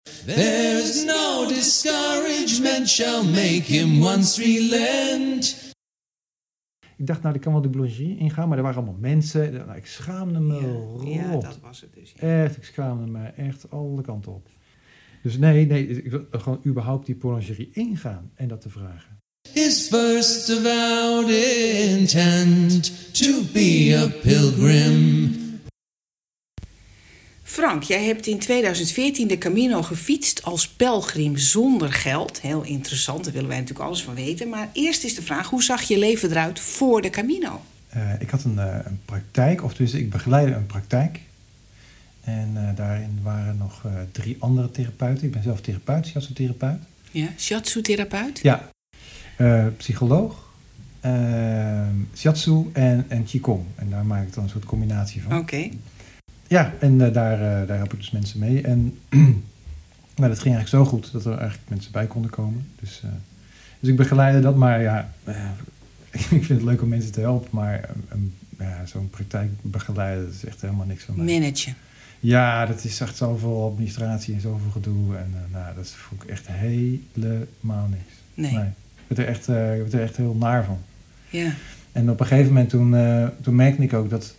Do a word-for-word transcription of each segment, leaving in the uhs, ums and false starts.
There's no discouragement shall make him once relent. Ik dacht, nou, ik kan wel de boulangerie ingaan, maar er waren allemaal mensen. Nou, ik schaamde me Ja, rot. ja, dat was het dus. Ja. Echt, ik schaamde me echt alle kanten op. Dus nee, nee, ik wil gewoon überhaupt die boulangerie ingaan en dat te vragen. His first avowed intent to be a pilgrim. Frank, jij hebt in tweeduizend veertien de Camino gefietst als pelgrim zonder geld. Heel interessant, daar willen wij natuurlijk alles van weten. Maar eerst is de vraag, hoe zag je leven eruit voor de Camino? Uh, ik had een, uh, een praktijk, of dus ik begeleidde een praktijk. En uh, daarin waren nog uh, drie andere therapeuten. Ik ben zelf therapeut, shiatsu-therapeut. Ja, shiatsu-therapeut? Ja, uh, psycholoog, uh, shiatsu en, en qigong. En daar maak ik dan een soort combinatie van. Oké. Okay. Ja, en uh, daar, uh, daar help ik dus mensen mee. En nou, dat ging eigenlijk zo goed dat er eigenlijk mensen bij konden komen. Dus, uh, dus ik begeleidde dat, maar ja, uh, ik vind het leuk om mensen te helpen. Maar uh, ja, zo'n praktijk begeleiden, dat is echt helemaal niks van mij. Managen. Ja, dat is echt zoveel administratie en zoveel gedoe. En uh, nou, dat vond ik echt helemaal niks. Nee. nee. Ik werd er echt, uh, ik werd er echt heel naar van. Ja. En op een gegeven moment toen, uh, toen merkte ik ook dat...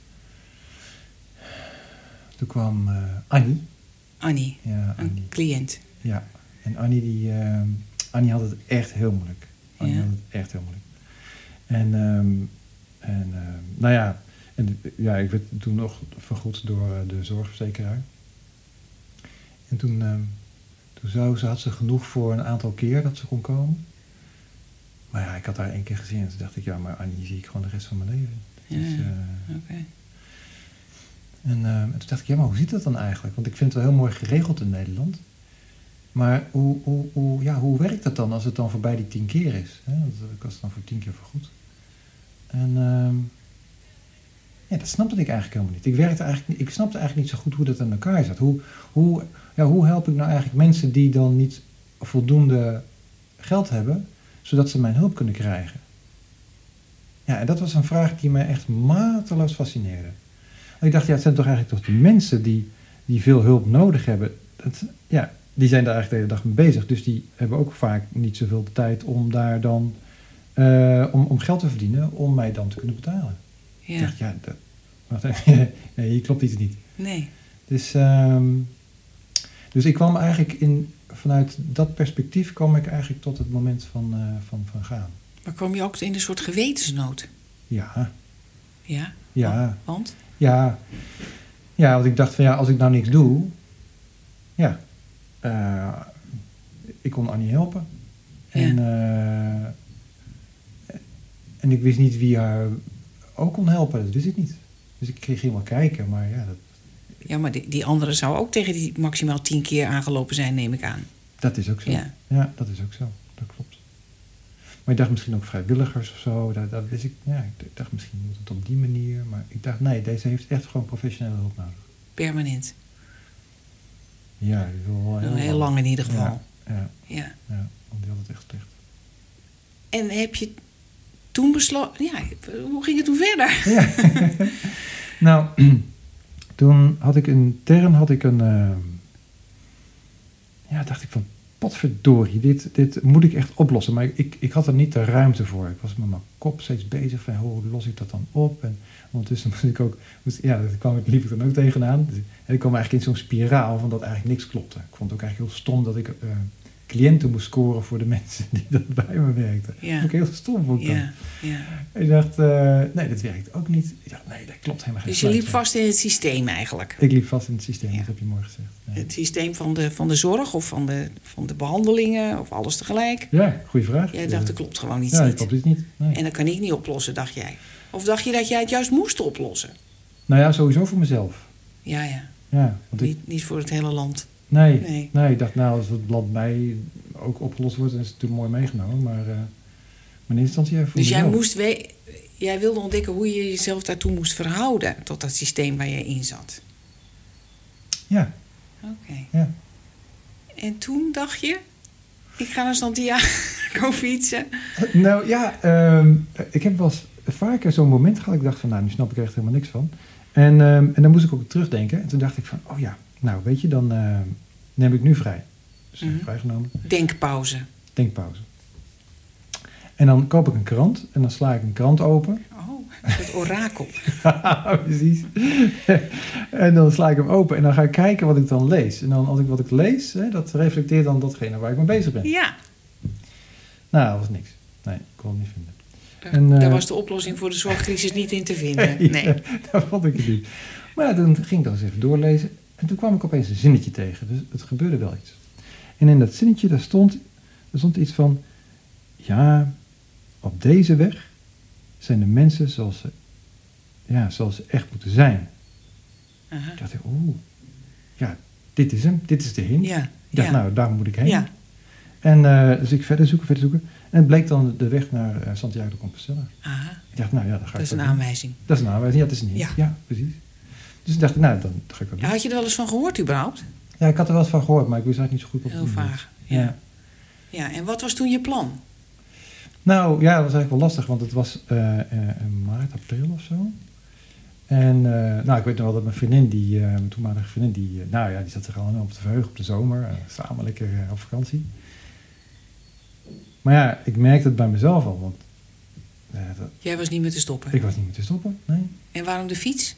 Toen kwam uh, Annie. Annie, ja, een Annie. cliënt. Ja, en Annie, die, uh, Annie had het echt heel moeilijk. Annie ja. had het echt heel moeilijk. En, um, en uh, nou ja, en, ja, ik werd toen nog vergoed door uh, de zorgverzekeraar. En toen, uh, toen zou, ze had ze genoeg voor een aantal keer dat ze kon komen. Maar ja, ik had haar één keer gezien en toen dacht ik, ja, maar Annie zie ik gewoon de rest van mijn leven. Ja, dus, uh, oké. Okay. En, uh, en toen dacht ik, ja, maar hoe zit dat dan eigenlijk? Want ik vind het wel heel mooi geregeld in Nederland. Maar hoe, hoe, hoe, ja, hoe werkt dat dan als het dan voorbij die tien keer is? Hè? Want ik was dan voor tien keer vergoed. En uh, ja, dat snapte ik eigenlijk helemaal niet. Ik, werkte eigenlijk, ik snapte eigenlijk niet zo goed hoe dat in elkaar zat. Hoe, hoe, ja, hoe help ik nou eigenlijk mensen die dan niet voldoende geld hebben, zodat ze mijn hulp kunnen krijgen? Ja, en dat was een vraag die mij echt mateloos fascineerde. Ik dacht, ja, het zijn toch eigenlijk toch de mensen die, die veel hulp nodig hebben. Dat, ja, die zijn daar eigenlijk de hele dag mee bezig. Dus die hebben ook vaak niet zoveel tijd om daar dan uh, om, om geld te verdienen om mij dan te kunnen betalen. Ja. Ik dacht, ja, dat, wacht even, nee, hier klopt iets niet. Nee. Dus, um, dus ik kwam eigenlijk in, vanuit dat perspectief kwam ik eigenlijk tot het moment van, uh, van, van gaan. Maar kwam je ook in een soort gewetensnood? Ja. Ja? Ja. Want? Ja, ja, want ik dacht van ja, als ik nou niks doe, ja, uh, ik kon Annie helpen. En, ja. uh, en ik wist niet wie haar ook kon helpen, dat wist ik niet. Dus ik ging helemaal kijken, maar ja. Dat, ja, maar die, die andere zou ook tegen die maximaal tien keer aangelopen zijn, neem ik aan. Dat is ook zo. Ja, ja dat is ook zo, dat klopt. Maar ik dacht misschien ook vrijwilligers of zo. Dat, dat wist ik, ja, ik dacht misschien moet het op die manier. Maar ik dacht, nee, deze heeft echt gewoon professionele hulp nodig. Permanent? Ja, die wil wel heel, heel lang. lang in ieder geval. Ja, ja, ja. ja, want die had het echt slecht. En heb je toen besloten... Ja, hoe ging het toen verder? Ja. Nou, toen had ik intern had ik een... Uh, ja, dacht ik van... Potverdorie, dit, dit moet ik echt oplossen. Maar ik, ik had er niet de ruimte voor. Ik was met mijn kop steeds bezig van hoe los ik dat dan op. En ondertussen moest ik ook, moest, ja, daar kwam ik, liep ik dan ook tegenaan. En ik kwam eigenlijk in zo'n spiraal van dat eigenlijk niks klopte. Ik vond het ook eigenlijk heel stom dat ik uh, cliënten moest scoren voor de mensen die dat bij me werkten. Ja. Dat vond ik heel stom vond ik dan. Ja, ja. En ik dacht, uh, nee, dat werkt ook niet. Ik dacht, nee, dat klopt helemaal geen Dus je liep vast in het systeem eigenlijk? Ik liep vast in het systeem, ja. Dat heb je mooi gezegd. Ja. Het systeem van de, van de zorg of van de, van de behandelingen of alles tegelijk? Ja, goede vraag. Jij dacht, dat klopt gewoon iets ja, niet. Ja, dat klopt iets niet. Nee. En dat kan ik niet oplossen, dacht jij? Of dacht je dat jij het juist moest oplossen? Nou ja, sowieso voor mezelf. Ja, ja. ja want niet, ik... niet voor het hele land. Nee, nee, nee, ik dacht nou, als het land mij ook opgelost wordt, dan is het natuurlijk mooi meegenomen. Maar, uh, maar in eerste instantie even voor Dus mezelf. jij, moest we- jij wilde ontdekken hoe je jezelf daartoe moest verhouden, tot dat systeem waar je in zat? Ja. Oké. Okay. Ja. En toen dacht je, ik ga naar Santiago fietsen? Nou ja, um, ik heb wel eens vaker zo'n moment gehad. Ik dacht van, nou, nu snap ik er echt helemaal niks van. En, um, en dan moest ik ook terugdenken. En toen dacht ik van, oh ja, nou weet je, dan uh, neem ik nu vrij. Dus mm-hmm. vrijgenomen. Denkpauze. Denkpauze. En dan koop ik een krant en dan sla ik een krant open. Oh, het orakel. Precies. En dan sla ik hem open en dan ga ik kijken wat ik dan lees. En dan als ik wat ik lees, hè, dat reflecteert dan datgene waar ik mee bezig ben. Ja. Nou, dat was niks. Nee, ik kon het niet vinden. Daar, en, daar uh, was de oplossing voor de zorgcrisis niet in te vinden. Nee, ja, dat vond ik het niet. Maar ja, toen ging ik dan eens even doorlezen. En toen kwam ik opeens een zinnetje tegen. Dus het gebeurde wel iets. En in dat zinnetje, daar stond, daar stond iets van... Ja, op deze weg zijn de mensen zoals ze, ja, zoals ze echt moeten zijn. Uh-huh. Ik dacht, oeh, ja, dit is hem. Dit is de hint. Ja, ik dacht, ja. nou, daar moet ik heen. Ja. En uh, dus ik verder zoeken, verder zoeken. En het bleek dan de weg naar uh, Santiago de Compostela. Aha. Ik dacht, nou ja, dat ga dat ik is een doen. aanwijzing. Dat is een aanwijzing, ja, dat is een hint. Ja. Ja, precies. Dus ik dacht, nou, dan ga ik dat doen. Ja, had je er wel eens van gehoord überhaupt? Ja, ik had er wel eens van gehoord, maar ik wist eigenlijk niet zo goed wat het Heel was. vaag, ja. ja. Ja, en wat was toen je plan? Nou, ja, dat was eigenlijk wel lastig, want het was uh, uh, in maart, april of zo. En uh, nou, ik weet nog wel dat mijn vriendin, die, uh, mijn toenmalige vriendin, die, uh, nou ja, die zat er al op te verheugen op de zomer. Uh, samen lekker uh, op vakantie. Maar ja, ik merkte het bij mezelf al, want... Uh, dat, Jij was niet meer te stoppen? Ik was niet meer te stoppen, nee. En waarom de fiets?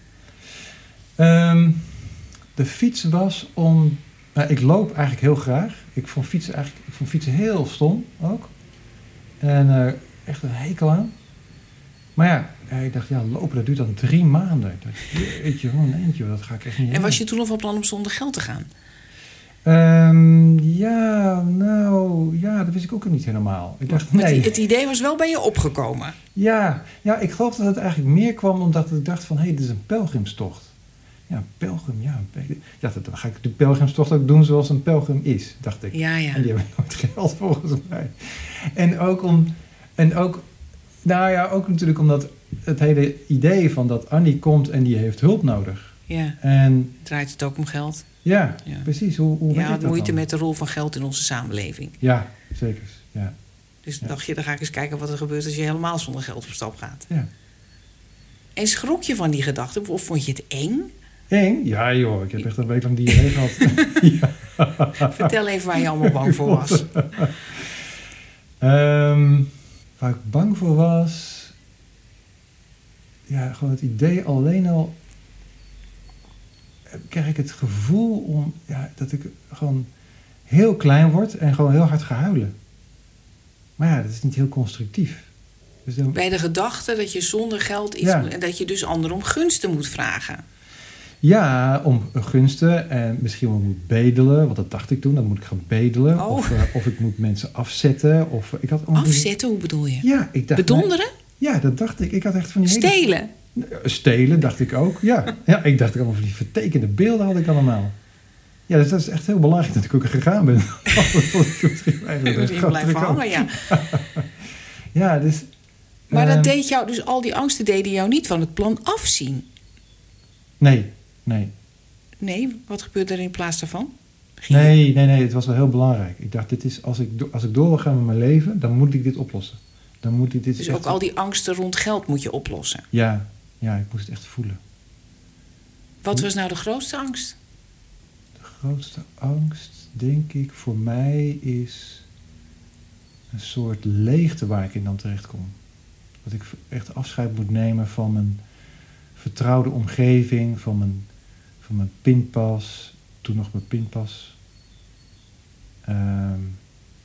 Um, de fiets was om... Nou, ik loop eigenlijk heel graag. Ik vond fietsen, eigenlijk, ik vond fietsen heel stom ook. En uh, echt een hekel aan. Maar ja, ik dacht, ja, lopen, dat duurt dan drie maanden. Ik dacht, jeetje, gewoon een eentje, dat ga ik echt niet. En was je toen nog van plan om zonder geld te gaan? Um, ja, nou, ja, dat wist ik ook niet helemaal. Ik dacht, nee. Het, het idee was wel bij je opgekomen. Ja, ja, ik geloof dat het eigenlijk meer kwam omdat ik dacht van, hé, hey, dit is een pelgrimstocht. Ja, een pelgrim, ja. Een ja, dan ga ik de pelgrimstocht ook doen zoals een pelgrim is, dacht ik. Ja, ja. En die hebben nooit geld volgens mij. En ook om, en ook, nou ja, ook natuurlijk omdat het hele idee van dat Annie komt en die heeft hulp nodig. Ja, en draait het ook om geld? Ja, ja. precies. Hoe, hoe ja, had moeite dan? met de rol van geld in onze samenleving. Ja, zeker. Ja. Dus ja. dacht je, dan ga ik eens kijken wat er gebeurt als je helemaal zonder geld op stap gaat. Ja. En schrok je van die gedachte? Of vond je het eng? Eng? Ja joh, ik heb echt een week lang diarree gehad. ja. Vertel even waar je allemaal bang voor was. um, waar ik bang voor was... Ja, gewoon het idee alleen al... krijg ik het gevoel om, ja, dat ik gewoon heel klein word en gewoon heel hard ga huilen. Maar ja, dat is niet heel constructief. Dus dan... Bij de gedachte dat je zonder geld iets ja. moet, en dat je dus anderen om gunsten moet vragen. Ja, om gunsten en misschien wel moet bedelen, want dat dacht ik toen. Dan moet ik gaan bedelen. Oh. Of, uh, of ik moet mensen afzetten. Of, ik had afzetten, hoe bedoel je? Ja, ik dacht... Bedonderen? Nee, ja, dat dacht ik. Ik had echt van die Stelen? Hele... Stelen, dacht ik ook. Ja, ja ik dacht allemaal van die vertekende beelden had ik allemaal. Ja, dus dat is echt heel belangrijk dat ik ook gegaan ben. Misschien blijven hangen, ja. ja, dus... Maar uh, dat deed jou, dus al die angsten deden jou niet van het plan afzien? Nee, nee. Nee, wat gebeurde er in plaats daarvan? Ging nee, je... nee, nee, het was wel heel belangrijk. Ik dacht, dit is, als, ik do- als ik door wil gaan met mijn leven, dan moet ik dit oplossen. Dan moet ik dit dus echt... ook al die angsten rond geld moet je oplossen? Ja, ja, ik moest het echt voelen. Wat was nou de grootste angst? De grootste angst, denk ik, voor mij is een soort leegte waar ik in dan terecht kom. Dat ik echt afscheid moet nemen van mijn vertrouwde omgeving, van mijn, van mijn pinpas, toen nog mijn pinpas. Um,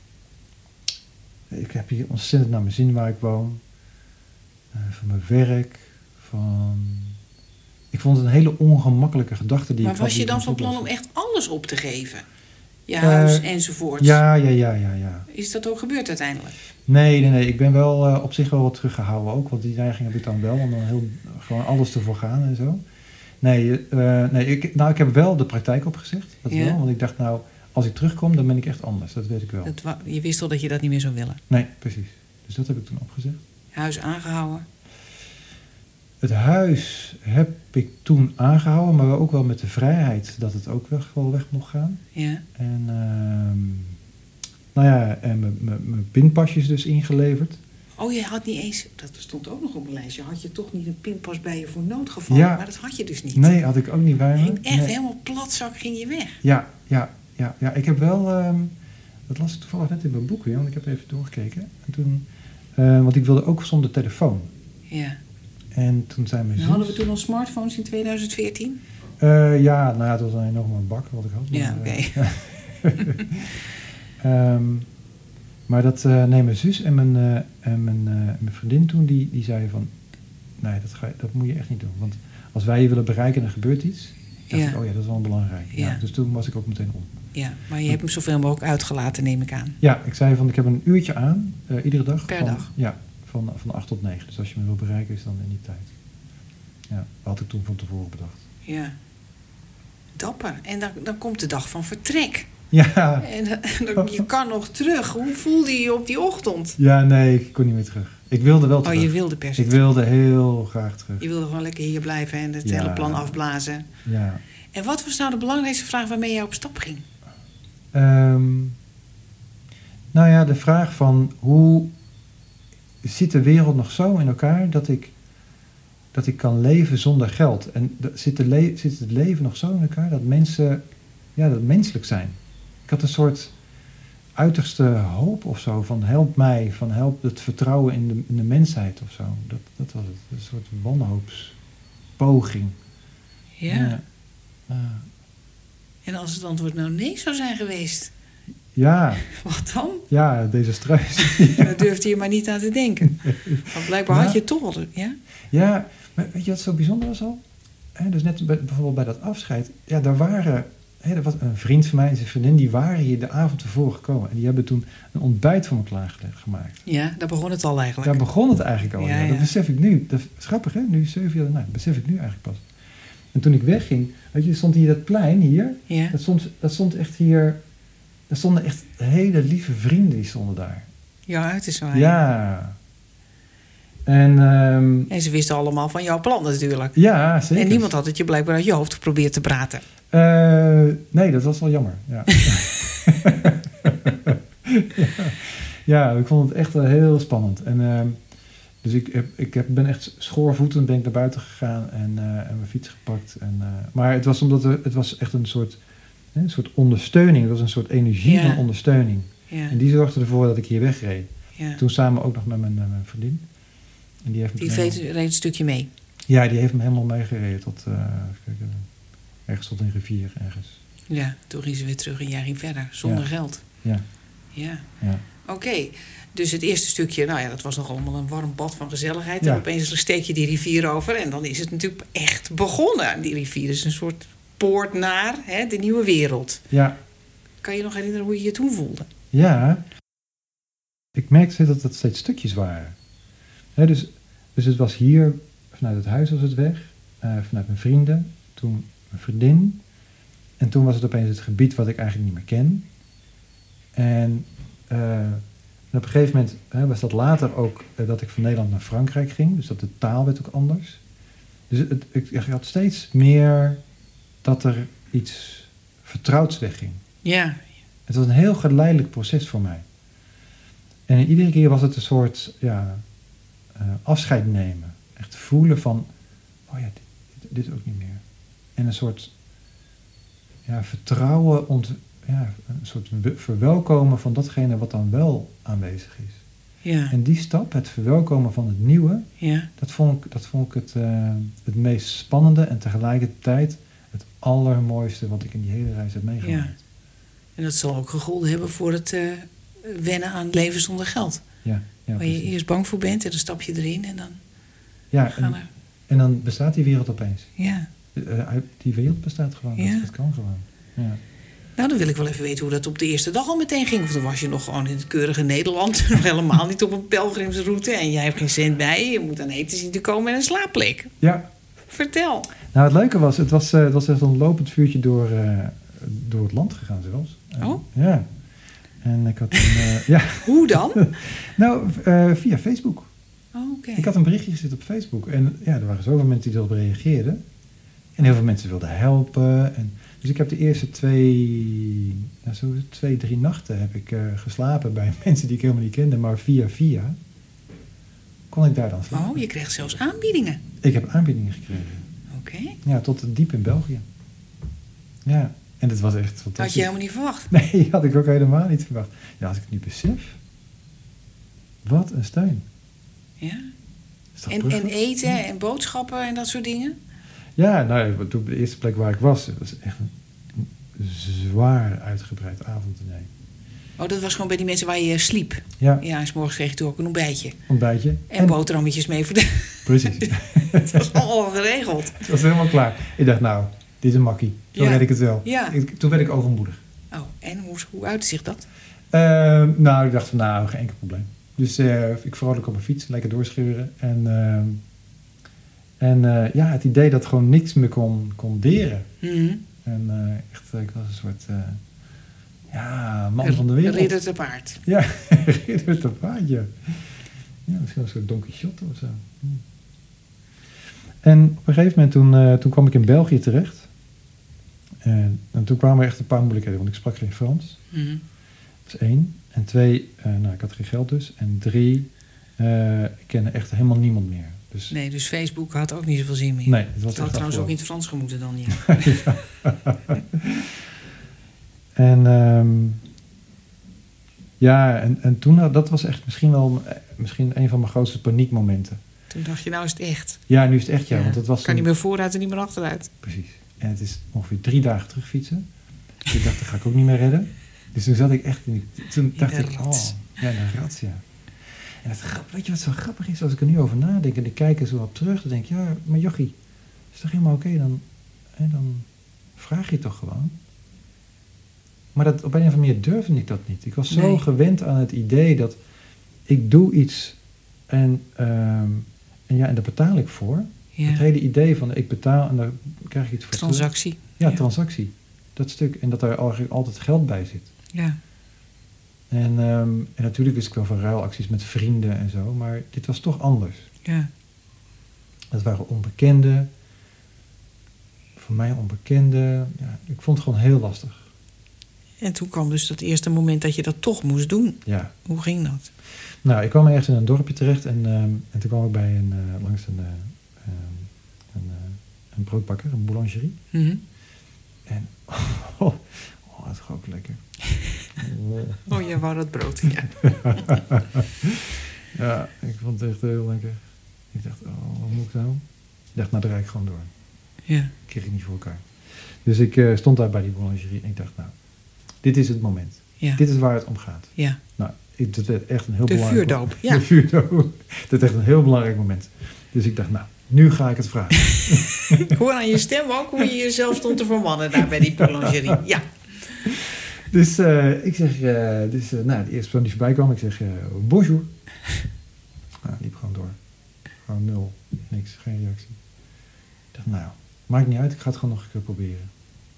ik heb hier ontzettend naar mijn zin waar ik woon. Uh, van mijn werk, van... Ik vond het een hele ongemakkelijke gedachte. Die maar ik was had, je dan die van plan om echt alles op te geven? Je huis uh, enzovoort? Ja, ja, ja, ja, ja. Is dat ook gebeurd uiteindelijk? Nee, nee, nee. Ik ben wel uh, op zich wel wat teruggehouden ook. Want die neiging heb ik dan wel om dan heel, gewoon alles te voorgaan en zo. Nee, uh, nee ik, nou, ik heb wel de praktijk opgezegd. Dat ja. wel. Want ik dacht nou, als ik terugkom, dan ben ik echt anders. Dat weet ik wel. Het wa- je wist al dat je dat niet meer zou willen? Nee, precies. Dus dat heb ik toen opgezegd. Huis aangehouden? Het huis heb ik toen aangehouden, maar ook wel met de vrijheid dat het ook weg, wel weg mocht gaan. Ja. En, uh, nou ja, en mijn pinpasjes dus ingeleverd. Oh, je had niet eens, dat stond ook nog op mijn lijstje, had je toch niet een pinpas bij je voor noodgevallen? Ja. Maar dat had je dus niet. Nee, had ik ook niet bij me. Je ging echt nee. helemaal platzak ging je weg. Ja, ja, ja, ja, ik heb wel... Um, dat las ik toevallig net in mijn boek weer, want ik heb even doorgekeken. En toen, uh, want ik wilde ook zonder telefoon. Ja. En toen zei mijn zus... Hadden we toen al smartphones in tweeduizend veertien? Uh, ja, nou ja, het was een enorme bak wat ik had. Ja, oké. Okay. um, maar dat... Uh, nee, mijn zus en mijn, uh, en mijn, uh, mijn vriendin toen, die, die zeiden van... Nee, dat, ga je, dat moet je echt niet doen. Want als wij je willen bereiken en er gebeurt iets... dacht Ja. ik, oh ja, dat is wel belangrijk. Ja. Ja. Dus toen was ik ook meteen om. Ja, maar je hebt hem zoveel mogelijk uitgelaten, neem ik aan. Ja, ik zei van, ik heb een uurtje aan, uh, iedere dag. Per van, dag? Ja, van, van acht tot negen. Dus als je me wil bereiken, is dan in die tijd. Ja, dat had ik toen van tevoren bedacht. Ja. Dapper. En dan, dan komt de dag van vertrek. Ja. En dan, je kan nog terug. Hoe voelde je je op die ochtend? Ja, nee, ik kon niet meer terug. Ik wilde wel terug. Oh, je wilde per se Ik wilde heel graag terug. Je wilde gewoon lekker hier blijven en het Ja. hele plan afblazen. Ja. En wat was nou de belangrijkste vraag waarmee jij op stap ging? Um, nou ja, de vraag van hoe zit de wereld nog zo in elkaar dat ik, dat ik kan leven zonder geld? En dat, zit, de le- zit het leven nog zo in elkaar dat mensen ja, dat menselijk zijn? Ik had een soort uiterste hoop of zo van help mij, van help het vertrouwen in de, in de mensheid of zo. Dat, dat was het, een soort wanhoopspoging. Ja. Ja. Uh, En als het antwoord nou nee zou zijn geweest, ja, wat dan? ja, desastreus. Daar durfde je maar niet aan te denken. Want blijkbaar Ja. had je het toch al, ja? Ja, maar weet je wat zo bijzonder was al? He, dus net bij, bijvoorbeeld bij dat afscheid. Ja, daar waren... He, er was een vriend van mij en zijn vriendin... die waren hier de avond ervoor gekomen. En die hebben toen een ontbijt voor me klaargemaakt. Ja, daar begon het al eigenlijk. Daar begon het eigenlijk al. Ja, Ja, ja. Dat besef ik nu. Dat is grappig, hè? Nu zeven jaar daarna. Dat besef ik nu eigenlijk pas. En toen ik wegging... Weet je, stond hier dat plein hier. Ja. Dat stond, dat stond echt hier... Er stonden echt hele lieve vrienden die stonden daar. Ja, het is waar. Ja. En... Um, En ze wisten allemaal van jouw plan natuurlijk. ja, zeker. En niemand had het je blijkbaar uit je hoofd geprobeerd te praten. Uh, nee, dat was wel jammer. Ja. ja. ja, ik vond het echt uh, heel spannend. En, uh, dus ik, heb, ik heb, ben echt schoorvoetend ben ik naar buiten gegaan en, uh, en mijn fiets gepakt. En, uh, maar het was omdat er, het was echt een soort, hè, een soort ondersteuning. Het was een soort energie Ja. van ondersteuning. Ja. En die zorgde ervoor dat ik hier wegreed. Ja. Toen samen ook nog met mijn, uh, mijn vriendin. En die heeft me Die toen reed, helemaal- reed een stukje mee. Ja, die heeft me helemaal meegereden tot, uh, even kijken, ergens tot een rivier ergens. Ja, toen ging ze weer terug en jij ging verder. Zonder Ja. geld. Ja, Ja. ja. Oké, dus het eerste stukje, nou ja, dat was nog allemaal een warm bad van gezelligheid. Ja. En opeens steek je die rivier over en dan is het natuurlijk echt begonnen. Die rivier is een soort poort naar hè, de nieuwe wereld. Ja, Kan je nog herinneren hoe je je toen voelde? ja. Ik merkte dat het steeds stukjes waren. Hè, dus, dus het was hier, vanuit het huis was het weg, uh, vanuit mijn vrienden, toen mijn vriendin. En toen was het opeens het gebied wat ik eigenlijk niet meer ken. En, uh, en op een gegeven moment hè, was dat later ook uh, dat ik van Nederland naar Frankrijk ging. Dus dat de taal werd ook anders. Dus het, ik, ik had steeds meer dat er iets vertrouwds wegging. Ja, Het was een heel geleidelijk proces voor mij. En iedere keer was het een soort ja, uh, afscheid nemen. Echt voelen van, oh ja, dit, dit ook niet meer. En een soort ja, vertrouwen, ont, ja, een soort verwelkomen van datgene wat dan wel aanwezig is. ja, En die stap, het verwelkomen van het nieuwe, ja. dat vond ik, dat vond ik het, uh, het meest spannende en tegelijkertijd het allermooiste wat ik in die hele reis heb meegemaakt. En dat zal ook gegolden hebben voor het uh, wennen aan leven zonder geld. Ja, ja, Waar je precies. eerst bang voor bent en dan stap je erin en dan Ja, gaan en, er... en dan bestaat die wereld opeens. Ja. Uh, die wereld bestaat gewoon, Ja. dat, dat kan gewoon. Ja. Nou, dan wil ik wel even weten hoe dat op de eerste dag al meteen ging. Of dan was je nog gewoon in het keurige Nederland. Nog helemaal niet op een pelgrimsroute. En jij hebt geen cent bij je. Je moet aan eten zien te komen en een slaapplek. ja, Vertel. nou het leuke was, het was, uh, het was echt een lopend vuurtje door, uh, door het land gegaan zelfs. Uh, Oh? Ja. En ik had een, uh, ja, Hoe dan? nou uh, via Facebook. Oh, oké. Ik had een berichtje gezet op Facebook. En ja, er waren zoveel mensen die erop reageerden. En heel veel mensen wilden helpen. En, dus ik heb de eerste twee, ja, zo twee, drie nachten heb ik uh, geslapen bij mensen die ik helemaal niet kende. Maar via via kon ik daar dan slapen. Oh, je kreeg zelfs aanbiedingen. Ik heb aanbiedingen gekregen. Oké. Ja, tot diep in België. Ja. En dit was echt Dat fantastisch. had je helemaal niet verwacht. Nee, had ik ook helemaal niet verwacht. Ja, als ik het nu besef. Wat een steun. Ja. Is dat En, prachtig? en eten en boodschappen en dat soort dingen? Ja, nou, ja, toen op de eerste plek waar ik was, het was echt een zwaar uitgebreid avonddiner. Oh, dat was gewoon bij die mensen waar je sliep. Ja, Ja, en 's morgens kreeg je toen ook een ontbijtje. ontbijtje. En, boterhammetjes mee voor de... Precies. Het was allemaal geregeld. Het was helemaal klaar. Ik dacht, nou, dit is een makkie. Zo Ja. red ik het wel. Ja. Ik, toen werd ik overmoedig. Oh, en hoe, hoe uitte zich dat? Uh, nou, ik dacht van, nou, geen enkel probleem. Dus uh, ik vrolijk op mijn fiets, lekker doorscheuren. En, uh, en uh, ja, het idee dat gewoon niks meer kon, kon deren. Mm-hmm. En uh, echt, ik was een soort, uh, ja, man van de wereld. Ridder te paard. Ja, ridder te paard, ja. Ja, misschien een soort Don Quixote of zo. Hm. En op een gegeven moment, toen, uh, toen kwam ik in België terecht. En, en toen kwamen er echt een paar moeilijkheden, want ik sprak geen Frans. Mm-hmm. Dat is één. En twee, uh, nou, ik had geen geld dus. En drie, uh, ik kende echt helemaal niemand meer. Dus, Nee, dus Facebook had ook niet zoveel zin meer. nee, het was Het had echt trouwens ook afgelopen. in het Frans gemoeten dan, ja. Ja. En um, ja, en, en toen, dat was echt misschien wel misschien een van mijn grootste paniekmomenten. Toen dacht je, nou is het echt. Ja, nu is het echt ja, Ja. want het was Kan een, niet meer vooruit en niet meer achteruit. precies. En het is ongeveer drie dagen terugfietsen. Dus ik dacht, dat ga ik ook niet meer redden. Dus toen zat ik echt in die, toen dacht de ik, rat. oh, ja, de rat, ja. En het grap, weet je wat zo grappig is? Als ik er nu over nadenk en ik kijk er zo op terug, dan denk ik, ja, maar jochie, is toch helemaal oké? Okay? Dan, hè, dan vraag je toch gewoon. Maar dat, op een of andere manier durfde ik dat niet. Ik was zo Nee. gewend aan het idee dat ik doe iets en, um, en, ja, en daar betaal ik voor. Ja. Het hele idee van ik betaal en daar krijg ik iets voor terug. Transactie. Ja, Ja. transactie. Dat stuk. En dat er eigenlijk altijd geld bij zit. Ja. En, um, en natuurlijk wist ik wel van ruilacties met vrienden en zo. Maar dit was toch anders. Ja. Het waren onbekenden. Voor mij onbekenden. Ja, ik vond het gewoon heel lastig. En toen kwam dus dat eerste moment dat je dat toch moest doen. Ja. Hoe ging dat? Nou, ik kwam ergens in een dorpje terecht. En, um, en toen kwam ik bij een, uh, langs een, uh, um, een, uh, een broodbakker, een boulangerie. Mm-hmm. En oh, oh, het rook lekker. Oh, jij wou dat brood. Ja. Ja, ik vond het echt heel lekker. Ik dacht, oh, wat moet ik nou? Ik dacht, nou, daar rijd ik gewoon door. Ja. Ik kreeg het niet voor elkaar. Dus ik uh, stond daar bij die boulangerie en ik dacht, nou, dit is het moment. Ja. Dit is waar het om gaat. Ja. Nou, ik, dat werd echt een heel De belangrijk vuurdoop, ja. De vuurdoop. Dat is echt een heel belangrijk moment. Dus ik dacht, nou, nu ga ik het vragen. Ik hoor aan je stem ook hoe je jezelf stond te vermannen daar bij die boulangerie. Ja. Dus uh, ik zeg, uh, dus, uh, nou, de eerste persoon die voorbij kwam, ik zeg, uh, bonjour. Nou, liep gewoon door. Gewoon nul. Niks, geen reactie. Ik dacht, nou, maakt niet uit, ik ga het gewoon nog een keer proberen.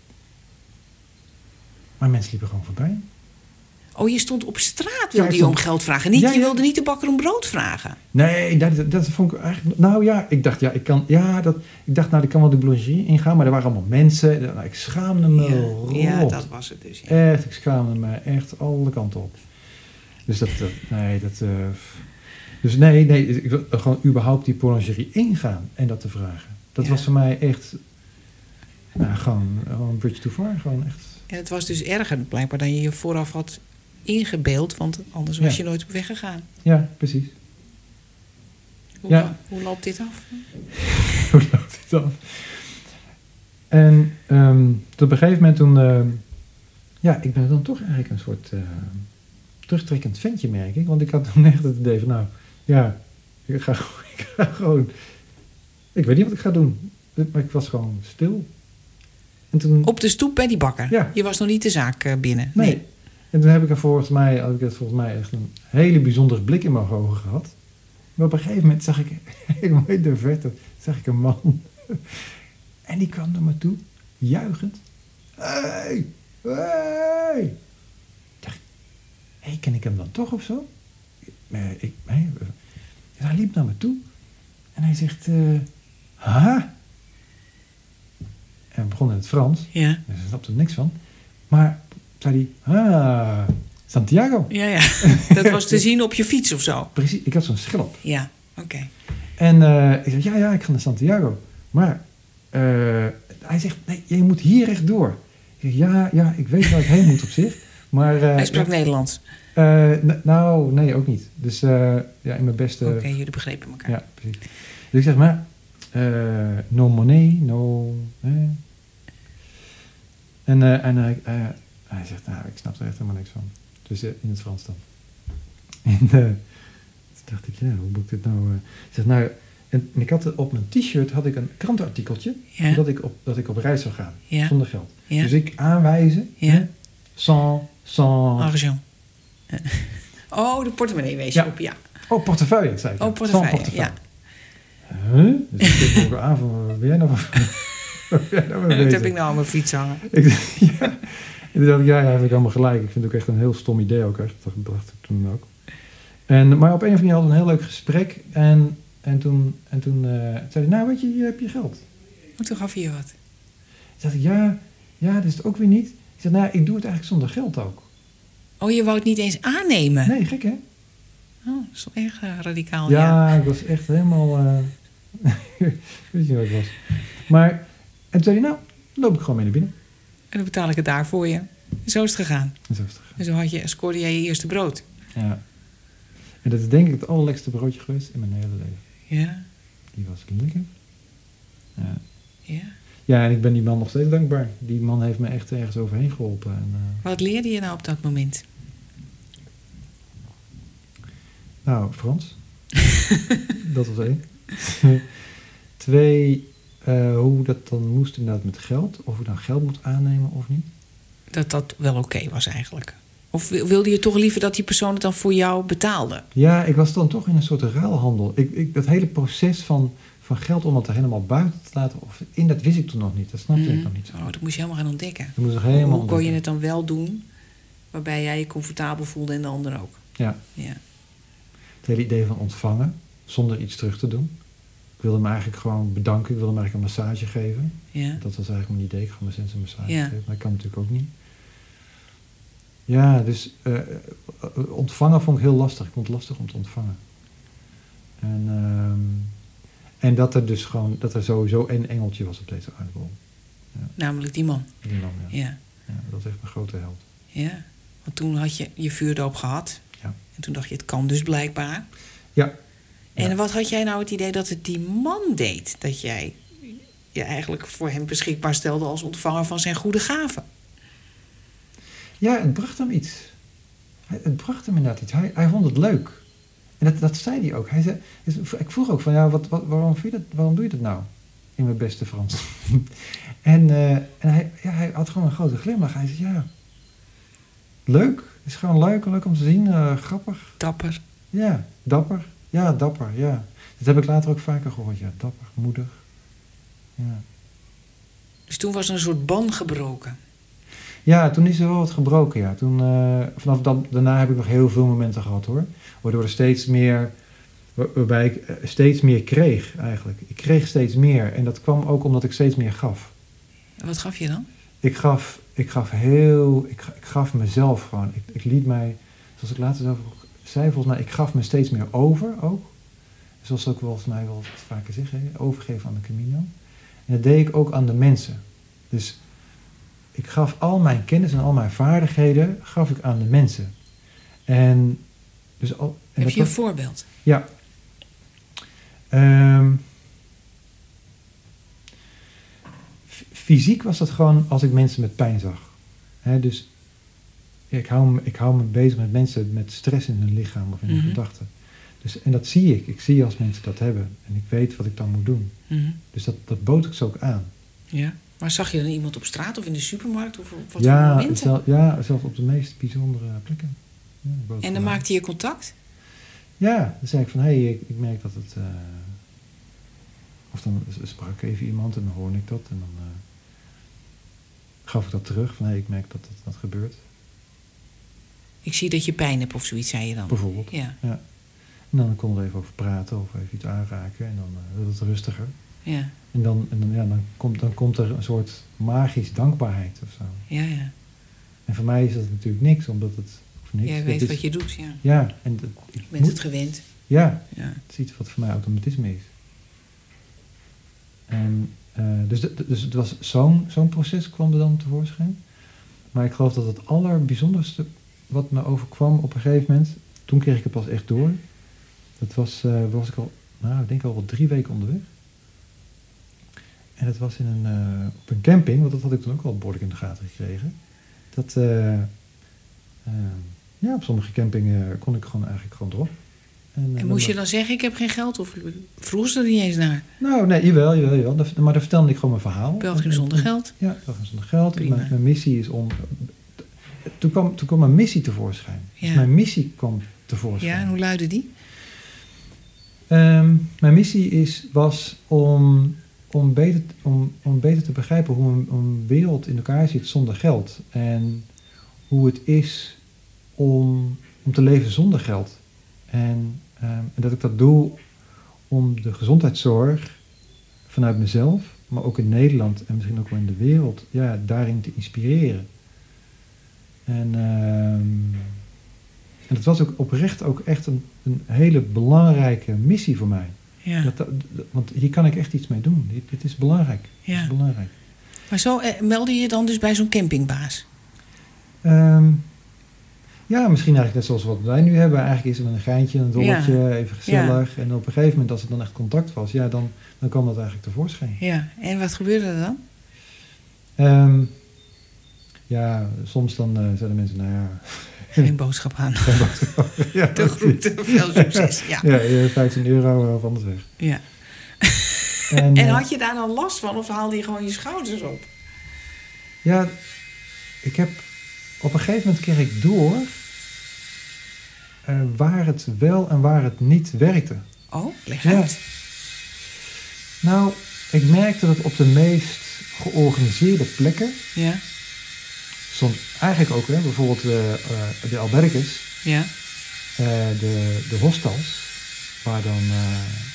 Maar mensen liepen gewoon voorbij. Oh, je stond op straat, Ja, wilde ik je stond- om geld vragen. Niet, Ja, Je ja. wilde niet de bakker om brood vragen. Nee, dat, dat vond ik eigenlijk... Nou ja, ik dacht, ja, ik kan... Ja, dat, ik dacht, nou, ik kan wel de boulangerie ingaan, maar er waren allemaal mensen. Nou, ik schaamde me rot. Ja, ja, dat was het dus. Ja. Echt, ik schaamde me echt alle kanten op. Dus dat... dat nee, dat... Uh, dus nee, nee, ik wil gewoon überhaupt die boulangerie ingaan en dat te vragen. Dat Ja. was voor mij echt... Nou, gewoon, gewoon een bridge too far. Gewoon echt... En het was dus erger blijkbaar dan je je vooraf had ingebeeld. Want anders was Ja. je nooit op weg gegaan. Ja, precies. Hoe, Ja. hoe loopt dit af? Hoe loopt dit af? En um, op een gegeven moment toen... Uh, ja, ik ben dan toch eigenlijk een soort uh, terugtrekkend ventje, merk ik. Want ik had toen echt het idee van, nou, ja, ik ga, ik ga gewoon... Ik weet niet wat ik ga doen. Maar ik was gewoon stil. En toen... Op de stoep bij die bakker. Ja. Je was nog niet de zaak uh, binnen. Nee. En toen heb ik er volgens mij, had ik het volgens mij echt een hele bijzondere blik in mijn ogen gehad. Maar op een gegeven moment zag ik, helemaal in de verte, zag ik een man. En die kwam naar me toe, juichend. Hey, hey. Ik dacht, hé, hey, ken ik hem dan toch of zo? Maar ik, hey, en hij liep naar me toe. En hij zegt, uh, ha? En we begonnen in het Frans. Ja. Dus ik snapte er niks van. Maar zei hij, ah, Santiago. Ja, ja. Dat was te zien op je fiets of zo. Precies, ik had zo'n schelp. Ja, oké. Okay. En uh, ik zei, ja, ja, ik ga naar Santiago. Maar uh, hij zegt, nee, je moet hier rechtdoor. Ik zeg, ja, ja, ik weet waar ik heen moet op zich. Maar, uh, Hij sprak ja, Nederlands. uh, n- nou, nee, ook niet. Dus uh, ja, in mijn beste... Oké, okay, jullie begrepen elkaar. Ja, precies. Dus ik zeg maar, uh, no money, no... Eh. En, uh, en hij, uh, hij zegt, nou, ik snap er echt helemaal niks van. Dus uh, in het Frans dan. En uh, toen dacht ik, ja, hoe moet ik dit nou... Uh, ik zeg, nou... En, en ik had op mijn t-shirt had ik een krantenartikeltje... Ja. Dat, ik op, dat ik op reis zou gaan, ja. zonder geld. Ja. Dus ik aanwijzen, ja. hè, sans, sans... Argent. Oh, de portemonnee wees je ja. op, ja. Oh, portefeuille, zei ik. Oh, portefeuille, sans portefeuille. ja. Huh? Dus ik keek me ook aan van, wat ben jij nou... Wat ben jij nou mee Dat bezig? heb ik nou aan mijn fiets hangen. Ik, ja. En toen dacht ik, ja, ja, heb ik allemaal gelijk. Ik vind het ook echt een heel stom idee ook. Echt. Dat dacht ik toen ook. En, maar op een of andere manier hadden we een heel leuk gesprek. En, en toen, en toen uh, zei hij, nou weet je, hier heb je geld. Oh, toen gaf hij je wat. Toen dacht ik, ja, ja, dat is het ook weer niet. Ik zei, nou, ik doe het eigenlijk zonder geld ook. Oh, je wou het niet eens aannemen? Nee, gek hè? Oh, dat is wel erg uh, radicaal, ja. ja. Ik was echt helemaal... Uh, weet je wat ik was. Maar, en toen zei hij, nou, dan loop ik gewoon mee naar binnen. En dan betaal ik het daar voor je. En zo is het gegaan. En zo is het gegaan. En zo had je, scoorde jij je eerste brood. Ja. En dat is denk ik het allerlekste broodje geweest in mijn hele leven. Ja. Die was lekker. Ja. Ja. Ja, en ik ben die man nog steeds dankbaar. Die man heeft me echt ergens overheen geholpen. En, uh, Wat leerde je nou op dat moment? nou, Frans. Dat was één. Twee, uh, hoe dat dan moest inderdaad met geld. Of ik dan geld moet aannemen of niet. Dat dat wel oké okay was eigenlijk. Of wilde je toch liever dat die persoon het dan voor jou betaalde? Ja, ik was dan toch in een soort ruilhandel. Ik, ik, dat hele proces van, van geld om het er helemaal buiten te laten... Of in, dat wist ik toen nog niet. Dat snapte mm. ik nog niet zo. Oh, dat moest je helemaal gaan ontdekken. Dat moest ik helemaal Hoe ontdekken. kon je het dan wel doen... waarbij jij je comfortabel voelde en de ander ook? Ja. ja. Het hele idee van ontvangen, zonder iets terug te doen. Ik wilde hem eigenlijk gewoon bedanken. Ik wilde hem eigenlijk een massage geven. Ja. Dat was eigenlijk mijn idee. Ik ga mijn zin een massage ja. geven. Maar dat kan natuurlijk ook niet. Ja, dus uh, ontvangen vond ik heel lastig. Ik vond het lastig om te ontvangen. En, uh, en dat er dus gewoon, dat er sowieso één engeltje was op deze aardbol. Ja. Namelijk die man. Die man, ja. ja. Ja, dat was echt een grote held. Ja, want toen had je je vuurdoop gehad. Ja. En toen dacht je, het kan dus blijkbaar. Ja. En ja. wat had jij nou het idee dat het die man deed? Dat jij je eigenlijk voor hem beschikbaar stelde als ontvanger van zijn goede gaven? Ja, het bracht hem iets. Het bracht hem inderdaad iets. Hij, hij vond het leuk. En dat, dat zei hij ook. Hij zei, ik vroeg ook van, ja, wat, wat, waarom, vind je dat, waarom doe je dat nou? In mijn beste Frans. en uh, en hij, ja, hij had gewoon een grote glimlach. Hij zei, ja, leuk. Het is gewoon leuk, leuk om te zien. Uh, grappig. Dapper. Ja, dapper. Ja, dapper, ja. Dat heb ik later ook vaker gehoord. Ja, dapper, moedig. Ja. Dus toen was er een soort ban gebroken. Ja, toen is er wel wat gebroken, ja. Toen, uh, vanaf dat, daarna heb ik nog heel veel momenten gehad, hoor. Waardoor er steeds meer... Waar, waarbij ik uh, steeds meer kreeg, eigenlijk. Ik kreeg steeds meer. En dat kwam ook omdat ik steeds meer gaf. En wat gaf je dan? Ik gaf, ik gaf heel... Ik, ik gaf mezelf gewoon. Ik, ik liet mij... Zoals ik later zelf ook zei, volgens mij... Ik gaf me steeds meer over, ook. Zoals ook volgens mij wel vaker zeggen. Overgeven aan de Camino. En dat deed ik ook aan de mensen. Dus... Ik gaf al mijn kennis en al mijn vaardigheden gaf ik aan de mensen. En dus al, en Heb je een was, voorbeeld? Ja. Um, fysiek was dat gewoon als ik mensen met pijn zag. He, dus ik hou, me, ik hou me bezig met mensen met stress in hun lichaam of in hun mm-hmm. gedachten. Dus, en dat zie ik. Ik zie als mensen dat hebben. En ik weet wat ik dan moet doen. Mm-hmm. Dus dat, dat bood ik ze ook aan. Ja. Maar zag je dan iemand op straat of in de supermarkt? Of wat ja, voor momenten? Zel, ja, zelfs op de meest bijzondere plekken. Ja, en dan maakte je contact? Ja, dan zei ik van, hé, hey, ik, ik merk dat het... Uh, of dan sprak ik even iemand en dan hoorde ik dat. En dan uh, gaf ik dat terug. Van, hé, hey, ik merk dat dat, dat gebeurt. Ik zie dat je pijn hebt of zoiets, zei je dan? Bijvoorbeeld, ja. ja. En dan konden we even over praten of even iets aanraken. En dan uh, werd het rustiger. Ja. En, dan, en dan, ja, dan, komt, dan komt er een soort magisch dankbaarheid of zo. Ja, ja. En voor mij is dat natuurlijk niks, omdat het... Of niks, Jij weet is, wat je doet, ja. Ja. En dat, ik je bent moet, het gewend. Ja, ja, het is iets wat voor mij automatisme is. En, uh, dus, de, dus het was zo'n, zo'n proces kwam er dan tevoorschijn. Maar ik geloof dat het allerbijzonderste wat me overkwam op een gegeven moment, toen kreeg ik het pas echt door. Dat was, uh, was ik al, nou, ik denk al wel drie weken onderweg. En dat was in een, uh, op een camping, want dat had ik toen ook al behoorlijk in de gaten gekregen. Dat, uh, uh, ja, op sommige campingen kon ik gewoon eigenlijk gewoon erop. En, En moest je dan zeggen, ik heb geen geld? Of vroeg ze er niet eens naar? Nou, nee, jawel, jawel, jawel. Maar daar vertelde ik gewoon mijn verhaal. Pelgrim zonder geld? Ja, Pelgrim zonder geld. Mijn, mijn missie is om... Toen kwam, toen kwam mijn missie tevoorschijn. Ja. Dus mijn missie kwam tevoorschijn. Ja, en hoe luidde die? Um, mijn missie is, was om, om, beter, om, om beter te begrijpen hoe een, een wereld in elkaar zit zonder geld. En hoe het is om, om te leven zonder geld. En, um, en dat ik dat doe om de gezondheidszorg vanuit mezelf, maar ook in Nederland en misschien ook wel in de wereld, ja, daarin te inspireren. En, um, en dat was ook oprecht ook echt een, een hele belangrijke missie voor mij. Ja. Dat, dat, want hier kan ik echt iets mee doen. Dit, dit is belangrijk. Ja. Dit is belangrijk. Maar zo eh, meldde je dan dus bij zo'n campingbaas? Um, Ja, misschien eigenlijk net zoals wat wij nu hebben. Eigenlijk is het een geintje, een dolletje, ja. even gezellig. Ja. En op een gegeven moment, als het dan echt contact was, ja, dan, dan kwam dat eigenlijk tevoorschijn. Ja, en wat gebeurde er dan? Um, ja, soms dan uh, zeiden mensen, nou ja... Geen boodschap aan. Geen boodschap. Ja, de groeten, veel succes. Ja, ja vijftien euro of anders weg. Ja. En, en had je daar dan last van of haalde je gewoon je schouders op? Ja, ik heb... Op een gegeven moment kreeg ik door uh, waar het wel en waar het niet werkte. Oh, leg ja. uit. Nou, ik merkte dat op de meest georganiseerde plekken, ja. soms eigenlijk ook, hè, bijvoorbeeld de, uh, de alberges, ja. uh, de, de hostels, waar dan, uh,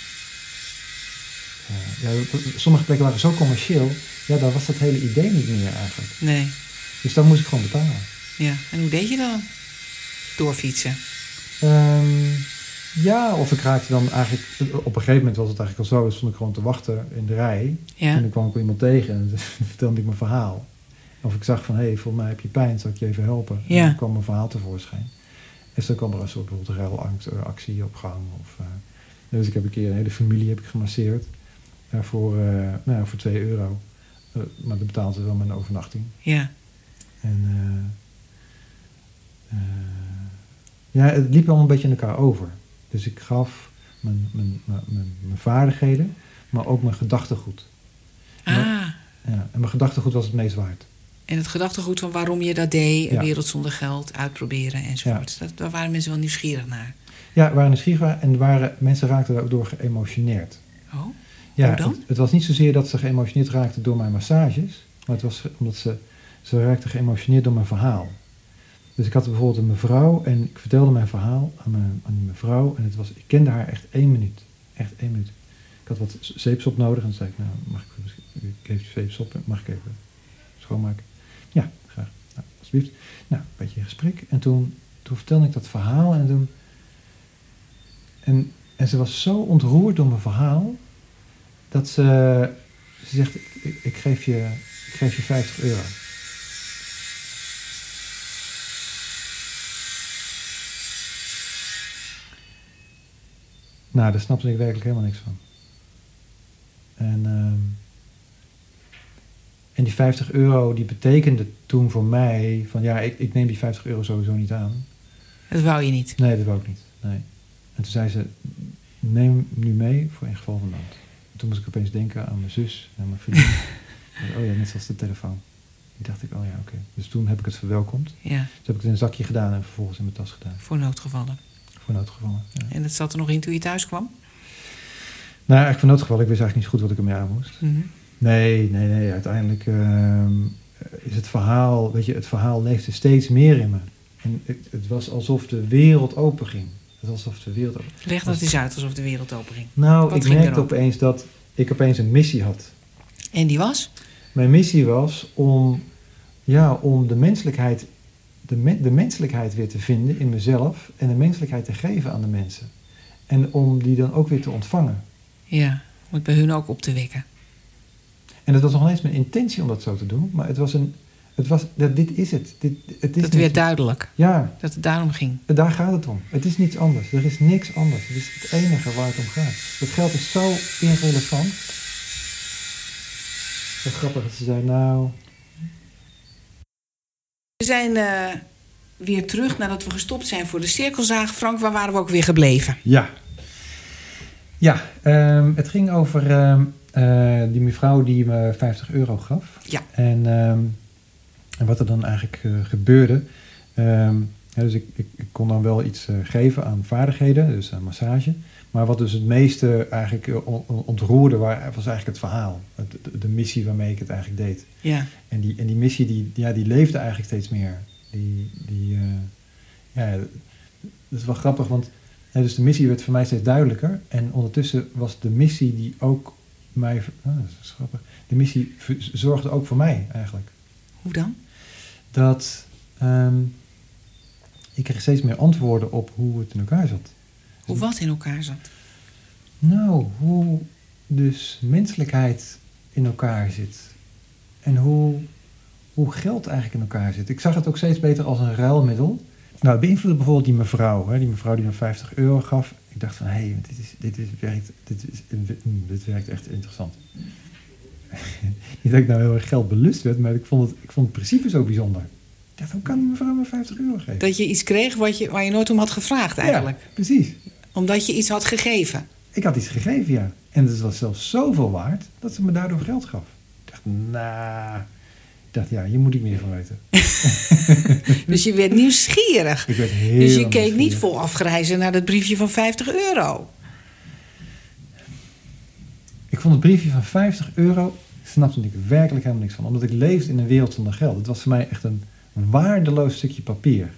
uh, ja, sommige plekken waren zo commercieel, ja, daar was dat hele idee niet meer eigenlijk. Nee. Dus dan moest ik gewoon betalen. Ja, en hoe deed je dat dan? Doorfietsen? Um, ja, of ik raakte dan eigenlijk... Op een gegeven moment was het eigenlijk al zo. Stond ik gewoon te wachten in de rij. Ja. En dan kwam ik iemand tegen en dan vertelde ik mijn verhaal. Of ik zag van, hé, hey, volgens mij heb je pijn, zal ik je even helpen? Ja. En dan kwam mijn verhaal tevoorschijn. En zo kwam er een soort bijvoorbeeld ruilactie op gang. Of, uh, dus ik heb een keer een hele familie heb ik gemasseerd. Uh, voor, uh, nou, voor twee euro. Uh, maar dan betaalden ze wel mijn overnachting. Ja. En... Uh, Uh, ja, het liep allemaal een beetje in elkaar over. Dus ik gaf mijn, mijn, mijn, mijn, mijn vaardigheden, maar ook mijn gedachtegoed. Ah. Maar, ja, en mijn gedachtegoed was het meest waard. En het gedachtegoed van waarom je dat deed, een ja. wereld zonder geld, uitproberen enzovoort. Ja. Dat, daar waren mensen wel nieuwsgierig naar. Ja, waren nieuwsgierig en waren, mensen raakten daardoor geëmotioneerd. Oh, ja, hoe dan? Het, het was niet zozeer dat ze geëmotioneerd raakten door mijn massages, maar het was omdat ze, ze raakten geëmotioneerd door mijn verhaal. Dus ik had bijvoorbeeld een mevrouw en ik vertelde mijn verhaal aan, mijn, aan die mevrouw. En het was, ik kende haar echt één minuut. Echt één minuut. Ik had wat zeepsop nodig en toen zei ik, nou, mag ik, ik geef je zeepsop, mag ik even schoonmaken? Ja, graag. Nou, alsjeblieft. Nou, een beetje in gesprek. En toen, toen vertelde ik dat verhaal en toen... En, en ze was zo ontroerd door mijn verhaal, dat ze, ze zegt, ik, ik, ik, geef je, ik geef je vijftig euro. Nou, daar snapte ik werkelijk helemaal niks van. En, um, en die vijftig euro, die betekende toen voor mij... van ja, ik, ik neem die vijftig euro sowieso niet aan. Dat wou je niet? Nee, dat wou ik niet. Nee. En toen zei ze, neem nu mee voor in geval van nood. En toen moest ik opeens denken aan mijn zus en mijn vriendin. Oh ja, net zoals de telefoon. Die dacht ik, oh ja, oké. Okay. Dus toen heb ik het verwelkomd. Ja. Dus heb ik het in een zakje gedaan en vervolgens in mijn tas gedaan. Voor noodgevallen? Voor noodgevallen, ja. En dat zat er nog in toen je thuis kwam? Nou, eigenlijk voor noodgevallen. Ik wist eigenlijk niet zo goed wat ik ermee aan moest. Mm-hmm. Nee, nee, nee. Uiteindelijk uh, is het verhaal... Weet je, het verhaal leefde steeds meer in me. En het, het was alsof de wereld open ging. Het was alsof de wereld open ging. Leg dat eens uit, alsof de wereld open ging. Nou, wat ik merkte opeens dat ik opeens een missie had. En die was? Mijn missie was om, ja, om de menselijkheid... De, me- de menselijkheid weer te vinden in mezelf en de menselijkheid te geven aan de mensen. En om die dan ook weer te ontvangen. Ja, om het bij hun ook op te wekken. En het was nog niet eens mijn intentie om dat zo te doen, maar het was een, Het was, dat, dit is het. Dit, het is Dat niet- werd duidelijk. Ja, Dat het daarom ging. daar gaat het om. Het is niets anders. Er is niks anders. Het is het enige waar het om gaat. Het geld is zo irrelevant. Zo grappig dat ze zei, nou... We zijn eh, weer terug nadat we gestopt zijn voor de cirkelzaag. Frank, waar waren we ook weer gebleven? Ja. Ja, ehm, het ging over ehm, eh, die mevrouw die me vijftig euro gaf. Ja. En, ehm, en wat er dan eigenlijk eh, gebeurde. Ehm, ja, dus ik, ik, ik kon dan wel iets eh, geven aan vaardigheden, dus aan massage. Maar wat dus het meeste eigenlijk eh, on- on- ontroerde was eigenlijk het verhaal. Het, de, de missie waarmee ik het eigenlijk deed. Ja. En die, en die missie die, ja, die leefde eigenlijk steeds meer. Die, die, uh, ja, dat is wel grappig, want ja, dus de missie werd voor mij steeds duidelijker. En ondertussen was de missie die ook mij... Oh, dat is grappig. De missie v- zorgde ook voor mij eigenlijk. Hoe dan? Dat um, ik kreeg steeds meer antwoorden op hoe het in elkaar zat. Hoe wat in elkaar zat? Nou, hoe dus menselijkheid in elkaar zit. En hoe, hoe geld eigenlijk in elkaar zit. Ik zag het ook steeds beter als een ruilmiddel. Nou, het beïnvloedde bijvoorbeeld die mevrouw. Hè, die mevrouw die me vijftig euro gaf. Ik dacht van, hé, hey, dit, is, dit, is, werkt, dit, is, dit werkt echt interessant. Niet dat ik nou heel erg geldbelust werd, maar ik vond het, ik vond het principe zo bijzonder. Ik dacht, hoe kan die mevrouw me vijftig euro geven? Dat je iets kreeg wat je, waar je nooit om had gevraagd eigenlijk. Ja, precies. Omdat je iets had gegeven. Ik had iets gegeven, ja. En het was zelfs zoveel waard dat ze me daardoor geld gaf. Ik dacht, nou... Ik dacht, ja, hier moet ik meer van weten. Dus je werd nieuwsgierig. Ik werd heel Dus je keek nieuwsgierig. niet vol afgrijzen naar dat briefje van vijftig euro. Ik vond het briefje van vijftig euro, snapte ik werkelijk helemaal niks van. Omdat ik leefde in een wereld zonder geld. Het was voor mij echt een waardeloos stukje papier.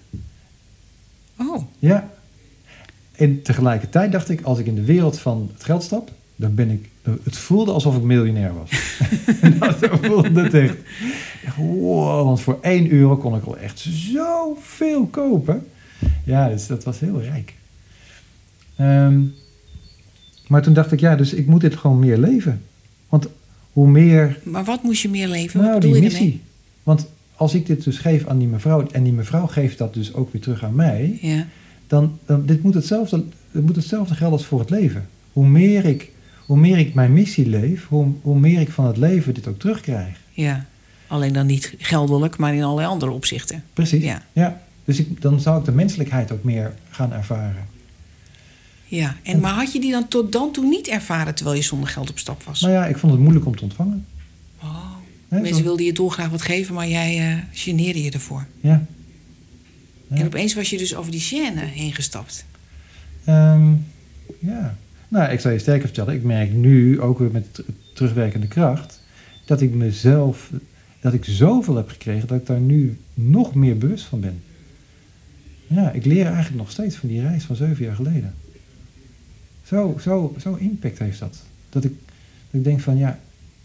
Oh, Ja. En tegelijkertijd dacht ik, als ik in de wereld van het geld stap, dan ben ik... Het voelde alsof ik miljonair was. Nou, zo voelde het echt. Ik dacht, wow, want voor één euro kon ik al echt zoveel kopen. Ja, dus dat was heel rijk. Um, maar toen dacht ik, ja, dus ik moet dit gewoon meer leven. Want hoe meer... maar wat moest je meer leven? Nou, Wat die bedoel je missie. ermee? Want als ik dit dus geef aan die mevrouw, en die mevrouw geeft dat dus ook weer terug aan mij, Ja. dan, dan dit moet hetzelfde, het moet hetzelfde gelden als voor het leven. Hoe meer ik, hoe meer ik mijn missie leef, hoe, hoe meer ik van het leven dit ook terugkrijg. Ja. Alleen dan niet geldelijk, maar in allerlei andere opzichten. Precies. Ja. Ja. Dus ik, dan zou ik de menselijkheid ook meer gaan ervaren. Ja. En, maar had je die dan tot dan toe niet ervaren terwijl je zonder geld op stap was? Nou ja, ik vond het moeilijk om te ontvangen. Oh. Hè, Mensen zo- wilden je dolgraag wat geven, maar jij uh, geneerde je ervoor. Ja. Ja. En opeens was je dus over die gêne heen gestapt. Um, ja. Nou, ik zal je sterker vertellen. Ik merk nu, ook weer met t- terugwerkende kracht, dat ik mezelf, dat ik zoveel heb gekregen dat ik daar nu nog meer bewust van ben. Ja, ik leer eigenlijk nog steeds van die reis van zeven jaar geleden. Zo, zo, zo impact heeft dat. Dat ik, dat ik denk van, ja,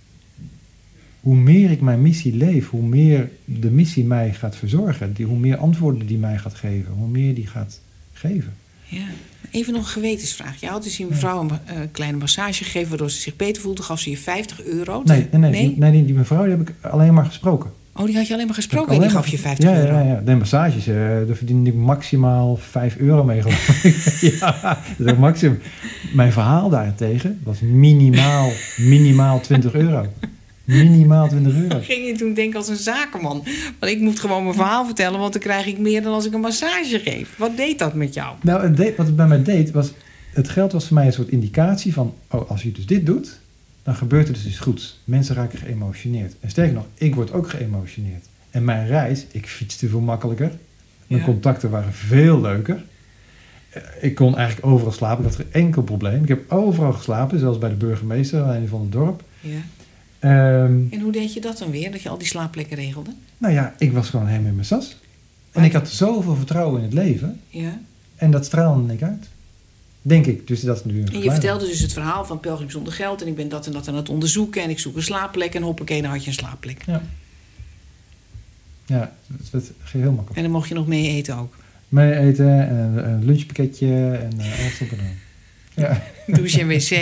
hoe meer ik mijn missie leef, hoe meer de missie mij gaat verzorgen, die, hoe meer antwoorden die mij gaat geven, hoe meer die gaat geven. Ja. Even nog een gewetensvraag. Je had dus die mevrouw een uh, kleine massage gegeven waardoor ze zich beter voelde. Gaf ze je vijftig euro? Nee, nee, nee, nee? nee die, die mevrouw die heb ik alleen maar gesproken. Oh, die had je alleen maar gesproken Alleen en die maar, gaf je vijftig ja, euro? Ja, ja. De massages, uh, daar verdiende ik maximaal vijf euro mee, geloof ik. Ja, dat is maximum. Mijn verhaal daarentegen was minimaal, minimaal twintig euro. Minimaal twintig euro. Ging je toen denken als een zakenman? Want ik moet gewoon mijn verhaal vertellen, want dan krijg ik meer dan als ik een massage geef. Wat deed dat met jou? Nou, het deed, wat het bij mij deed, was... Het geld was voor mij een soort indicatie van... Oh, als je dus dit doet, dan gebeurt er dus iets goeds. Mensen raken geëmotioneerd. En sterker nog, ik word ook geëmotioneerd. En mijn reis, ik fietste veel makkelijker. Mijn Ja. contacten waren veel leuker. Ik kon eigenlijk overal slapen. Ik had geen enkel probleem. Ik heb overal geslapen, zelfs bij de burgemeester van het dorp. Ja. Um, En hoe deed je dat dan weer, dat je al die slaapplekken regelde? nou ja, ik was gewoon helemaal in mijn sas. En ik had zoveel vertrouwen in het leven. Ja. En dat straalde ik uit. Denk ik. Dus dat is nu een En je verklaring. vertelde dus het verhaal van Pelgrim zonder geld en ik ben dat en dat aan het onderzoeken en ik zoek een slaapplek en hoppakee, dan had je een slaapplek. Ja. Ja, het werd heel makkelijk. En dan mocht je nog mee eten ook. Mee eten en een, een lunchpakketje en uh, alles op en aan. Ja. Douche en wc.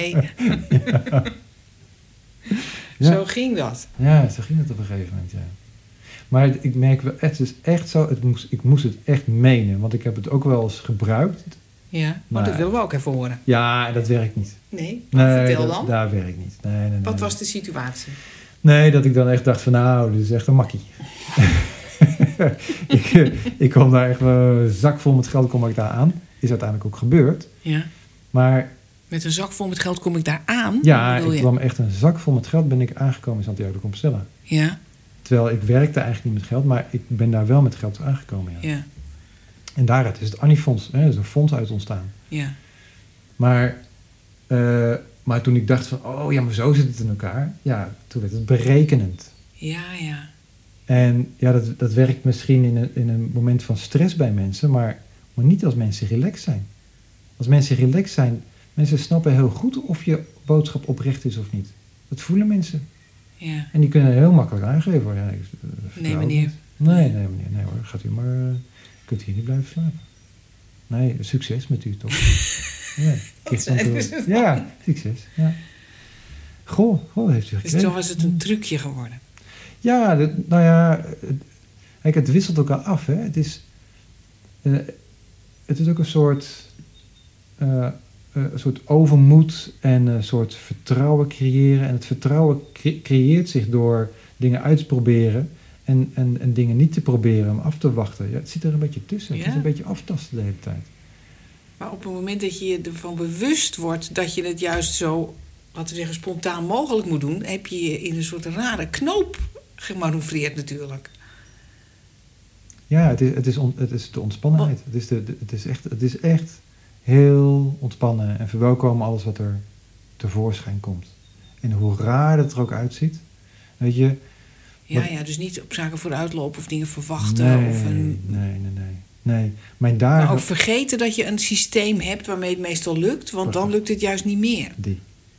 Ja. Zo ging dat. Ja, zo ging het op een gegeven moment, ja. Maar ik merk wel, het is echt zo, het moest, ik moest het echt menen. Want ik heb het ook wel eens gebruikt. Ja, maar Maar- dat willen we ook even horen. Ja, dat werkt niet. Nee, Nee, vertel dat, dan. daar werkt niet. Nee, nee, nee, Wat nee. was de situatie? Nee, dat ik dan echt dacht van nou, dit is echt een makkie. ik, eh, ik kwam daar echt een zak vol met geld kom ik daar aan. Is uiteindelijk ook gebeurd. Ja. Maar Met een zak vol met geld kom ik daar aan? ja, Wat bedoel ik je? kwam echt een zak vol met geld ben ik aangekomen in Santiago de Compostela. Ja, Terwijl ik werkte eigenlijk niet met geld, maar ik ben daar wel met geld aangekomen. Ja. ja, En daaruit is het Annie-fonds, hè, is een fonds uit ontstaan. ja. Maar, eh, maar toen ik dacht van, oh ja, maar zo zit het in elkaar. Ja, toen werd het berekenend. Ja, ja. En ja, dat, dat werkt misschien in een, in een moment van stress bij mensen, maar, maar niet als mensen relaxed zijn. Als mensen relaxed zijn, mensen snappen heel goed of je boodschap oprecht is of niet. Dat voelen mensen. Ja. En die kunnen heel makkelijk aangeven. Ja, ik, eh, vertrouw Nee, het meneer. niet. Nee, nee, meneer. Nee hoor, gaat u maar, uh, kunt hier niet blijven slapen. Nee, succes met u toch? Ja, krijgt dan zeiden te- ze dan? ja, succes. Ja. Goh, goh, heeft u Dus gekregen. toen was het een trucje geworden. Ja, dat, nou ja, het, kijk, het wisselt elkaar af. Hè. Het, is, eh, het is ook een soort, eh, eh, een soort overmoed en een soort vertrouwen creëren. En het vertrouwen cre- creëert zich door dingen uit te proberen en, en, en dingen niet te proberen, om af te wachten. Ja, het zit er een beetje tussen. Het Ja. is een beetje aftasten de hele tijd. Maar op het moment dat je je ervan bewust wordt dat je het juist zo, laten we zeggen, spontaan mogelijk moet doen, heb je je in een soort rare knoop gemanoeuvreerd natuurlijk. Ja, het is, het is, on- het is de ontspannenheid. Het is, de, de- het, is echt, het is echt heel ontspannen en verwelkomen alles wat er tevoorschijn komt. En hoe raar dat er ook uitziet. Weet je? Ja, Wat- ja, dus niet op zaken vooruitlopen of dingen verwachten. Nee, Of een, nee, nee, nee. nee. Mijn maar dagen... ook vergeten dat je een systeem hebt waarmee het meestal lukt, want dan lukt het juist niet meer. Die.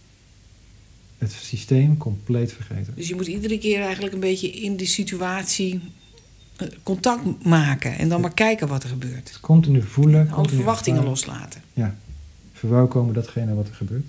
Het systeem compleet vergeten. Dus je moet iedere keer eigenlijk een beetje in die situatie eh, contact maken en dan maar kijken wat er gebeurt. Het continu voelen. Alle continu verwachtingen ervaren. loslaten. Ja. Verwelkomen datgene wat er gebeurt.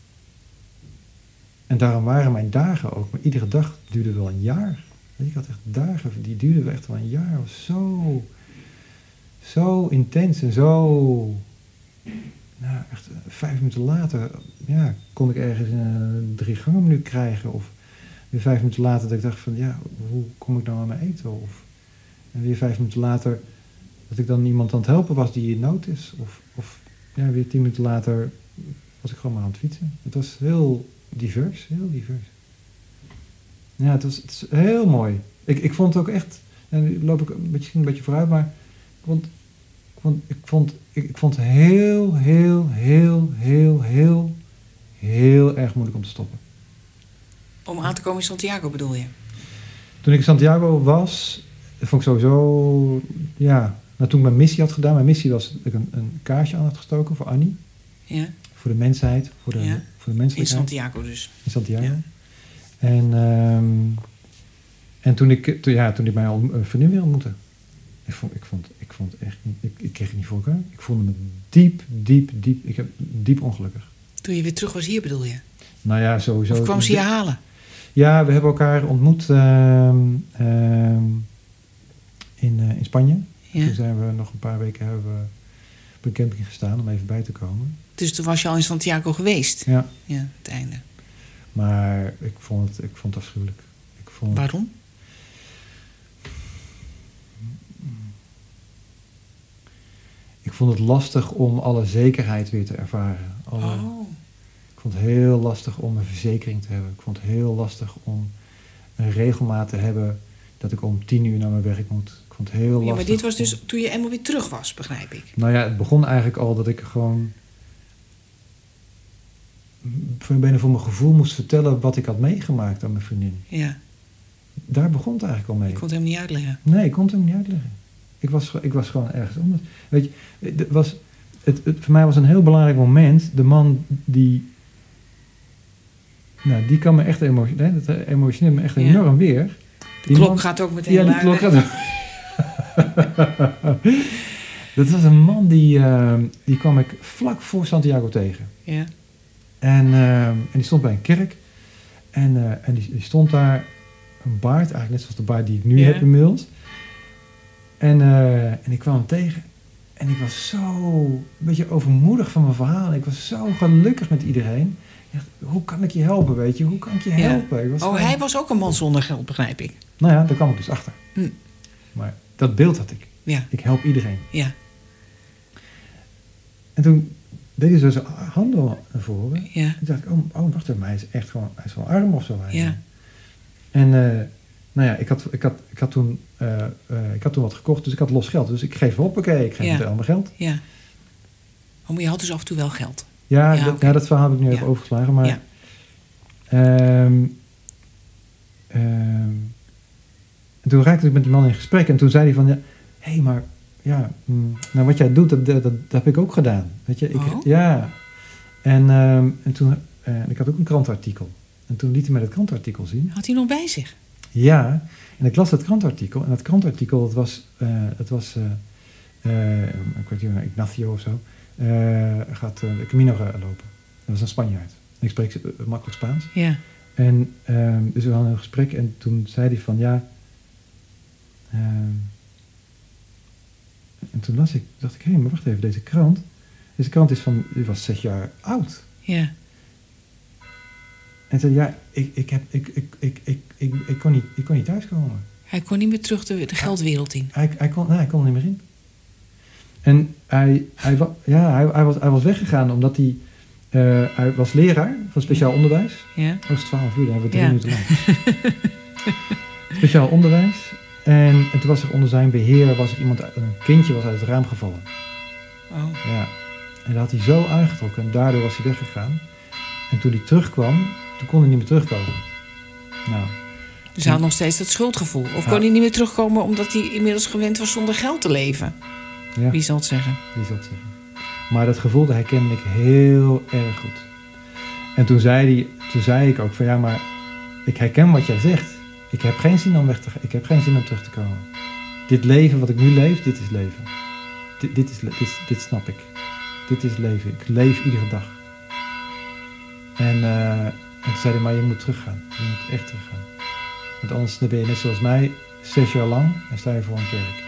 En daarom waren mijn dagen ook, maar iedere dag duurde wel een jaar. Weet je, ik had echt dagen, die duurden wel echt wel een jaar. Het was zo, zo intens en zo... Nou, echt eh, vijf minuten later, ja, kon ik ergens een drie gangen menu krijgen. Of weer vijf minuten later dat ik dacht van, ja, hoe kom ik nou aan mijn eten? Of, en weer vijf minuten later dat ik dan iemand aan het helpen was die in nood is. Of, of ja, weer tien minuten later was ik gewoon maar aan het fietsen. Het was heel divers, heel divers. Ja, het was, het is heel mooi. Ik, ik vond het ook echt, en nu loop ik een beetje, een beetje vooruit, maar ik vond, ik vond, ik vond, ik, ik vond het heel, heel, heel, heel, heel, heel erg moeilijk om te stoppen. Om aan te komen in Santiago bedoel je? Toen ik in Santiago was, vond ik sowieso, ja, nou, toen ik mijn missie had gedaan, mijn missie was dat ik een, een kaarsje aan had gestoken voor Annie, Ja, voor de mensheid, voor de, Ja. voor de in menselijkheid. Santiago dus. In Santiago. Ja. En, ehm, en toen ik, toen, ja, toen ik mijn ontmo- vriendin weer ontmoette, ik vond, ik vond, ik vond echt, niet- ik, ik kreeg het niet voor elkaar. Ik voelde me diep, diep, diep, ik heb diep ongelukkig. Toen je weer terug was hier bedoel je? Nou ja, sowieso. Of kwam ze je halen? Ja, we hebben elkaar ontmoet ehm, ehm, in, eh, in Spanje. Ja. Toen zijn we nog een paar weken hebben we op een camping gestaan om even bij te komen. Dus toen was je al in Santiago geweest? Ja, Ja, het einde. maar ik vond het, ik vond het afschuwelijk. Ik vond, Waarom? ik vond het lastig om alle zekerheid weer te ervaren. Alle, Oh. Ik vond het heel lastig om een verzekering te hebben. Ik vond het heel lastig om een regelmaat te hebben dat ik om tien uur naar mijn werk moet. Ik vond het heel lastig. Ja, maar dit was om- dus toen je eenmaal weer terug was, begrijp ik. Nou ja, het begon eigenlijk al dat ik gewoon voor bijna voor mijn gevoel moest vertellen wat ik had meegemaakt aan mijn vriendin. Ja, Daar begon het eigenlijk al mee. ik kon het hem niet uitleggen. Nee, ik kon het hem niet uitleggen. Ik was, ge- ik was gewoon ergens anders. Weet je, het was, het, het, voor mij was een heel belangrijk moment. De man die... Nou, die kan me echt emotioneel... Dat emotioneert me echt Ja. enorm weer. De Die klok man- gaat ook meteen Ja, die luiden. klok gaat... Dat was een man die... eh, die kwam ik vlak voor Santiago tegen. Ja, En, eh, en die stond bij een kerk. En, eh, en die, die stond daar een baard, eigenlijk net zoals de baard die ik nu Ja. heb inmiddels. En, uh, en ik kwam hem tegen. En ik was zo een beetje overmoedig van mijn verhaal. Ik was zo gelukkig met iedereen. Ik dacht, hoe kan ik je helpen, weet je? Hoe kan ik je Ja. helpen? Ik was Oh, gewoon... hij was ook een man zonder geld, begrijp ik. Nou ja, daar kwam ik dus achter. Hm. Maar dat beeld had ik. Ja, Ik help iedereen. ja, En toen deed hij zo zijn handen naar voren. ja, Toen dacht ik, oh, oh wacht even, maar hij is echt gewoon, hij is wel arm of zo. Hij. ja. En uh, nou ja, ik had, ik, had, ik, had toen, uh, uh, ik had toen wat gekocht, dus ik had los geld. Dus ik geef op, oké, ik geef Ja. meteen allemaal geld. ja. Oh, maar je had dus af en toe wel geld. Ja, Ja, dat, oké. ja, dat verhaal heb ik nu Ja. even overgeslagen. Maar, Ja. um, um, en toen raakte ik met die man in gesprek. En toen zei hij van, ja, hé, hey, maar ja, mm, nou wat jij doet, dat, dat, dat heb ik ook gedaan. Weet je, ik, Oh. ja. En, um, en toen, uh, ik had ook een krantenartikel. En toen liet hij mij dat krantenartikel zien. Had hij nog bij zich? Ja, en ik las dat krantenartikel. En dat krantenartikel, het was, uh, het was uh, uh, ik weet niet, Ignacio of zo, uh, gaat uh, de Camino lopen. Dat was een Spanjaard. Ik spreek uh, makkelijk Spaans. Ja. En um, dus we hadden een gesprek en toen zei hij van, ja... Um, en toen las ik, dacht ik, hé, hey, maar wacht even, deze krant... Deze krant is van, die was zes jaar oud. Ja. En zei, ja, ik, ik, heb, ik, ik, ik, ik, ik, ik, kon niet, ik kon niet thuiskomen. Hij kon niet meer terug de, de geldwereld in. Hij, hij, kon, nee, hij kon er niet meer in. En hij, hij, ja, hij, hij, was, hij was weggegaan omdat hij... Uh, hij was leraar van speciaal onderwijs. Ja. Oh, het is twaalf uur, dan hebben we drie Ja. minuten lang. Speciaal onderwijs. En, en toen was er onder zijn beheer, was er iemand, een kindje was uit het raam gevallen. Oh. Ja. En dat had hij zo aangetrokken en daardoor was hij weggegaan. En toen hij terugkwam, toen kon hij niet meer terugkomen. Nou, Dus hij had nog steeds dat schuldgevoel. Of Ja. kon hij niet meer terugkomen omdat hij inmiddels gewend was zonder geld te leven? ja, Wie zal het zeggen? wie zal het zeggen. Maar dat gevoel, dat herkende ik heel erg goed. En toen zei, hij, toen zei ik ook van ja, maar ik herken wat jij zegt. Ik heb geen zin om weg te gaan. Ik heb geen zin om terug te komen. Dit leven wat ik nu leef, dit is leven. Dit, dit, is, dit, dit snap ik. Dit is leven. Ik leef iedere dag. En, uh, en toen zei hij, maar je moet teruggaan. Je moet echt teruggaan. Want anders dan ben je net zoals mij, zes jaar lang en sta je voor een kerk.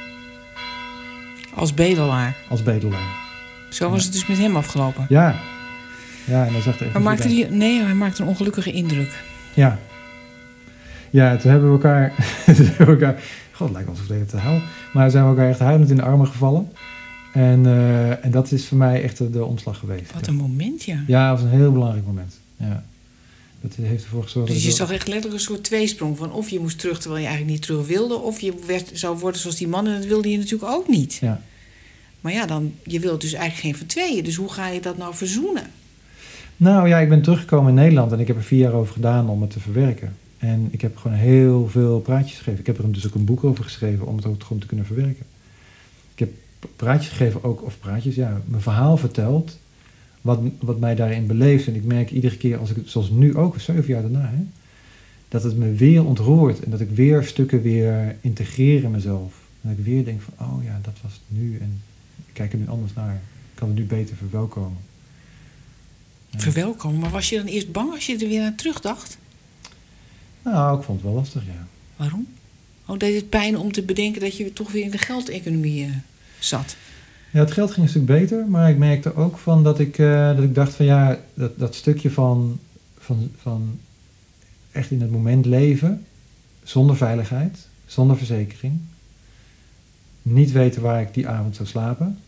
Als bedelaar. Als bedelaar. Zo was Ja. het dus met hem afgelopen. Ja. Ja, en hij zag er echt Maar niet maakte goed uit. hij, nee, hij maakte een ongelukkige indruk. Ja. Ja, toen hebben we elkaar... toen hebben we elkaar God, het lijkt wel alsof ik te huil. Maar zijn we elkaar echt huilend in de armen gevallen. En, uh, en dat is voor mij echt de, de omslag geweest. Wat een moment, ja. Ja, dat was een heel belangrijk moment. Ja. Dat heeft ervoor gezorgd... Dus je dat zag echt letterlijk een soort tweesprong van of je moest terug terwijl je eigenlijk niet terug wilde, of je werd, zou worden zoals die man en dat wilde je natuurlijk ook niet. Ja. Maar ja, dan, je wilt dus eigenlijk geen van tweeën. Dus hoe ga je dat nou verzoenen? Nou ja, ik ben teruggekomen in Nederland en ik heb er vier jaar over gedaan om het te verwerken. En ik heb gewoon heel veel praatjes gegeven. Ik heb er dus ook een boek over geschreven om het ook gewoon te kunnen verwerken. Ik heb praatjes gegeven ook, of praatjes, ja, mijn verhaal verteld. Wat, wat mij daarin beleeft. En ik merk iedere keer, als ik het, zoals nu ook, zeven jaar daarna, hè, dat het me weer ontroert. En dat ik weer stukken weer integreer in mezelf. En dat ik weer denk van, oh ja, dat was het nu. En ik kijk er nu anders naar. Ik kan het nu beter verwelkomen. Ja. Verwelkomen, maar was je dan eerst bang als je er weer aan terugdacht? Nou, ik vond het wel lastig, ja. Waarom? Oh, deed het pijn om te bedenken dat je toch weer in de geldeconomie uh, zat? Ja, het geld ging een stuk beter, maar ik merkte ook van dat ik, uh, dat ik dacht van ja, dat, dat stukje van, van, van echt in het moment leven, zonder veiligheid, zonder verzekering, niet weten waar ik die avond zou slapen.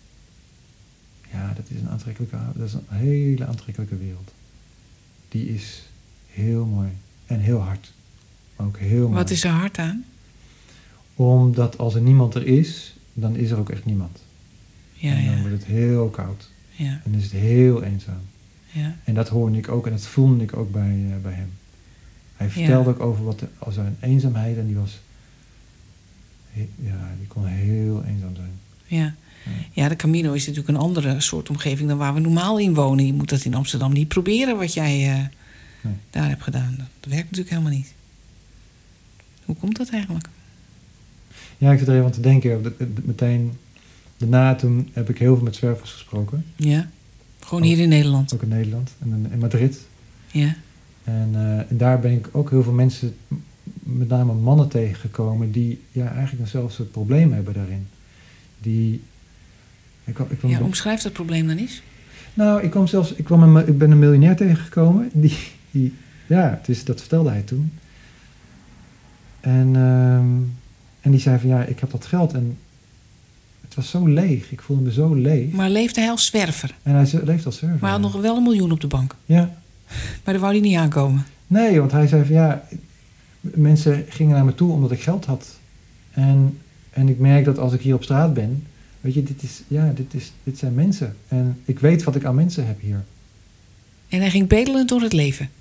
Ja, dat is een aantrekkelijke, dat is een hele aantrekkelijke wereld. Die is heel mooi en heel hard. Ook heel mooi. Wat is er hard aan? Omdat als er niemand er is, dan is er ook echt niemand. Ja, en dan ja. wordt het heel koud. Ja, En is het heel eenzaam. ja. En dat hoorde ik ook en dat voelde ik ook bij, uh, bij hem. Hij vertelde Ja. ook over wat de, als er een eenzaamheid en die was, he, ja, die kon heel eenzaam zijn. Ja. Ja. Ja, de Camino is natuurlijk een andere soort omgeving dan waar we normaal in wonen. Je moet dat in Amsterdam niet proberen wat jij uh, Nee. daar hebt gedaan. Dat werkt natuurlijk helemaal niet. Hoe komt dat eigenlijk? Ja, ik zit er even aan te denken. Dat- dat- Meteen daarna toen heb ik heel veel met zwervers gesproken. Ja, gewoon Oh. hier in Nederland. Ook in Nederland en in, in Madrid. Ja, En, uh, en daar ben ik ook heel veel mensen met name mannen tegengekomen die ja, eigenlijk zelfs het probleem hebben daarin. Die, ik, kwam- ik kwam Ja, bij- omschrijf dat probleem dan eens. nou, ik kwam zelfs, ik, kwam een, ik ben een miljonair tegengekomen. Die, die, ja, het is, dat vertelde hij toen. En, ehm, en die zei van ja, ik heb dat geld en het was zo leeg. Ik voelde me zo leeg. Maar leefde hij als zwerver? En hij ze- leeft als surfer. Maar hij had nog wel een miljoen op de bank. Ja. Maar daar wou hij niet aankomen. Nee, want hij zei van ja, mensen gingen naar me toe omdat ik geld had. En, en ik merk dat als ik hier op straat ben, weet je, dit, is, ja, dit, is, dit zijn mensen. En ik weet wat ik aan mensen heb hier. En hij ging bedelend door het leven.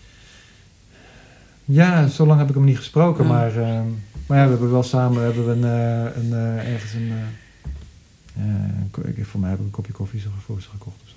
Ja, zo lang heb ik hem niet gesproken, Oh. maar, ehm, maar ja, we hebben wel samen hebben we een, eh, een, eh, ergens een, eh, ja, een ko- ik, voor mij heb ik een kopje koffie zo voor ze gekocht of zo.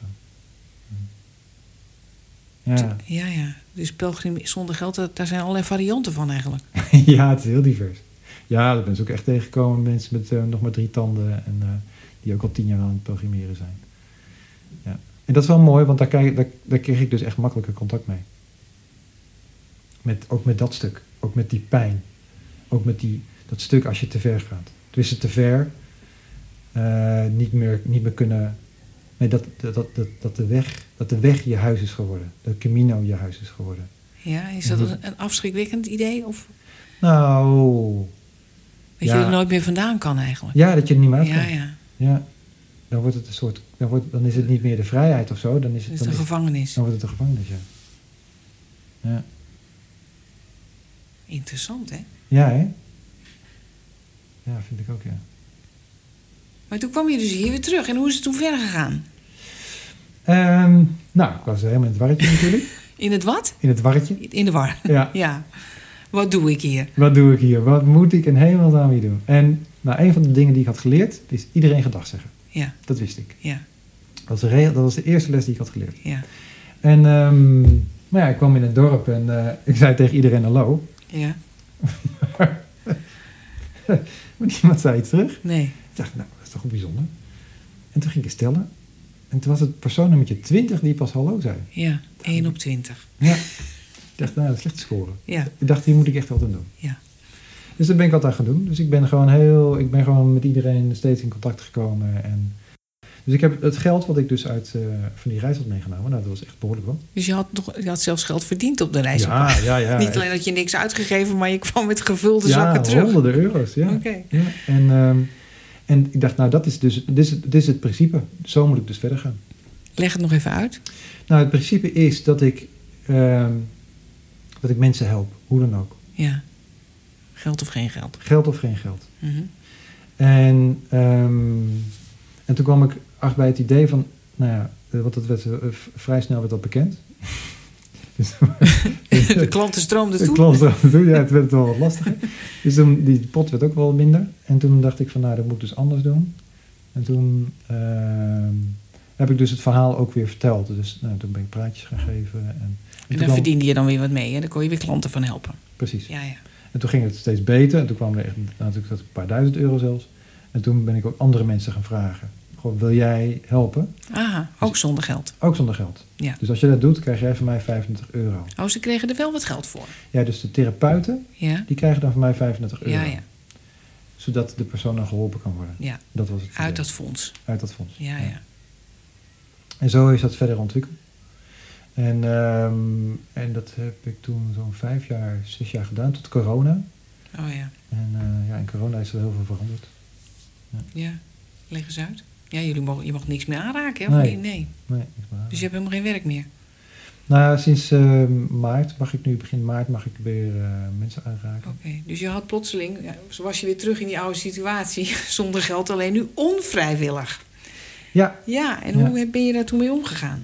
Ja. Ja, ja. Dus pelgrim zonder geld, dat- daar zijn allerlei varianten van eigenlijk. Ja, het is heel divers. Ja, daar ben ik ook echt tegengekomen. Mensen met eh, nog maar drie tanden en eh, die ook al tien jaar aan het programmeren zijn. Ja. En dat is wel mooi, want daar, krijg, daar, daar kreeg ik dus echt makkelijker contact mee. Met, ook met dat stuk. Ook met die pijn. Ook met die, dat stuk als je te ver gaat. Dus het te ver. eh, niet, meer, niet meer kunnen... Nee, dat, dat, dat, dat, dat, de weg, dat de weg je huis is geworden. Dat Camino je huis is geworden. Ja, is dat een, een afschrikwekkend idee? Of Nou... dat Ja. je er nooit meer vandaan kan eigenlijk? Ja, dat je er niet meer uit kan. ja, ja. Ja, dan wordt het een soort, dan, wordt, dan is het niet meer de vrijheid of zo, dan is Het het, is dan een is- gevangenis. dan wordt het een gevangenis, ja. Ja, Interessant, hè? ja hè? Ja, vind ik ook, ja. Maar toen kwam je dus hier weer terug. En hoe is het toen verder gegaan? Ehm, nou, ik was helemaal in het warretje natuurlijk. In het wat? In het warretje. In de war. Ja, Ja. Wat doe ik hier? wat doe ik hier? Wat moet ik in hemelsnaam hier doen? En nou, een van de dingen die ik had geleerd, is iedereen gedag zeggen. Ja, Dat wist ik. ja, Dat was de, regel, dat was de eerste les die ik had geleerd. ja. En, ehm, maar ja, ik kwam in het dorp en eh, ik zei tegen iedereen hallo. Ja, Maar niemand zei iets terug. nee. Ik dacht, nou, dat is toch bijzonder. En toen ging ik stellen. En toen was het persoon nummertje twintig die pas hallo zei. Ja, één op twintig. Ja. Ik dacht, nou, dat is slecht scoren. Ja, Ik dacht, hier moet ik echt wat aan doen. ja. Dus dat ben ik altijd gaan doen. Dus ik ben gewoon heel, ik ben gewoon met iedereen steeds in contact gekomen. En dus ik heb het geld wat ik dus uit uh, van die reis had meegenomen, nou, dat was echt behoorlijk wat. Dus je had, nog, je had zelfs geld verdiend op de reis. Ja, ja, ja. Niet echt. alleen dat je niks uitgegeven, maar je kwam met gevulde Ja, zakken terug. honderden euro's, ja. Oké. Ja, en, ehm, en ik dacht, nou, dat is dus dit is, dit is het principe. Zo moet ik dus verder gaan. Leg het nog even uit. Nou, het principe is dat ik, ehm, dat ik mensen help, hoe dan ook. Ja. Geld of geen geld. Geld of geen geld. Mhm. En, ehm, en toen kwam ik ach bij het idee van, nou ja, eh, want dat werd eh, v- vrij snel werd dat bekend. Dus, De klanten stroomden de toe. klant eraf toe, ja, het werd wel wat lastiger. Dus toen, die pot werd ook wel minder. En toen dacht ik van, nou, dat moet ik dus anders doen. En toen ehm, heb ik dus het verhaal ook weer verteld. Dus nou, toen ben ik praatjes gaan geven. En, en En toen daar kwam- verdiende je dan weer wat mee. Hè? Daar kon je weer klanten van helpen. Precies. Ja, ja. En toen ging het steeds beter. En toen kwam er echt, natuurlijk een paar duizend euro zelfs. En toen ben ik ook andere mensen gaan vragen. Gewoon, wil jij helpen? Aha, ook zonder geld. Ook zonder geld. Ja. Dus als je dat doet, krijg jij van mij vijfentwintig euro. Oh, ze kregen er wel wat geld voor. Ja, dus de therapeuten, Ja, die krijgen dan van mij vijfentwintig euro. ja, ja. Zodat de persoon dan geholpen kan worden. ja. Dat was het Uit idee. dat fonds. Uit dat fonds. Ja, ja. En zo is dat verder ontwikkeld. En, ehm, en dat heb ik toen zo'n vijf jaar, zes jaar gedaan, tot corona. Oh ja. En eh, ja, in corona is er heel veel veranderd. Ja. Leg eens uit. Ja, jullie mogen, je mag niks meer aanraken, hè? Of Nee. niet? Nee. Nee, niks meer aan. Dus je hebt helemaal geen werk meer. Nou, sinds eh, maart mag ik nu, begin maart, mag ik weer eh, mensen aanraken. Oké. Dus je had plotseling, ja, zo was je weer terug in die oude situatie. Zonder geld, alleen nu onvrijwillig. Ja, Ja, en Ja. hoe ben je daar toen mee omgegaan?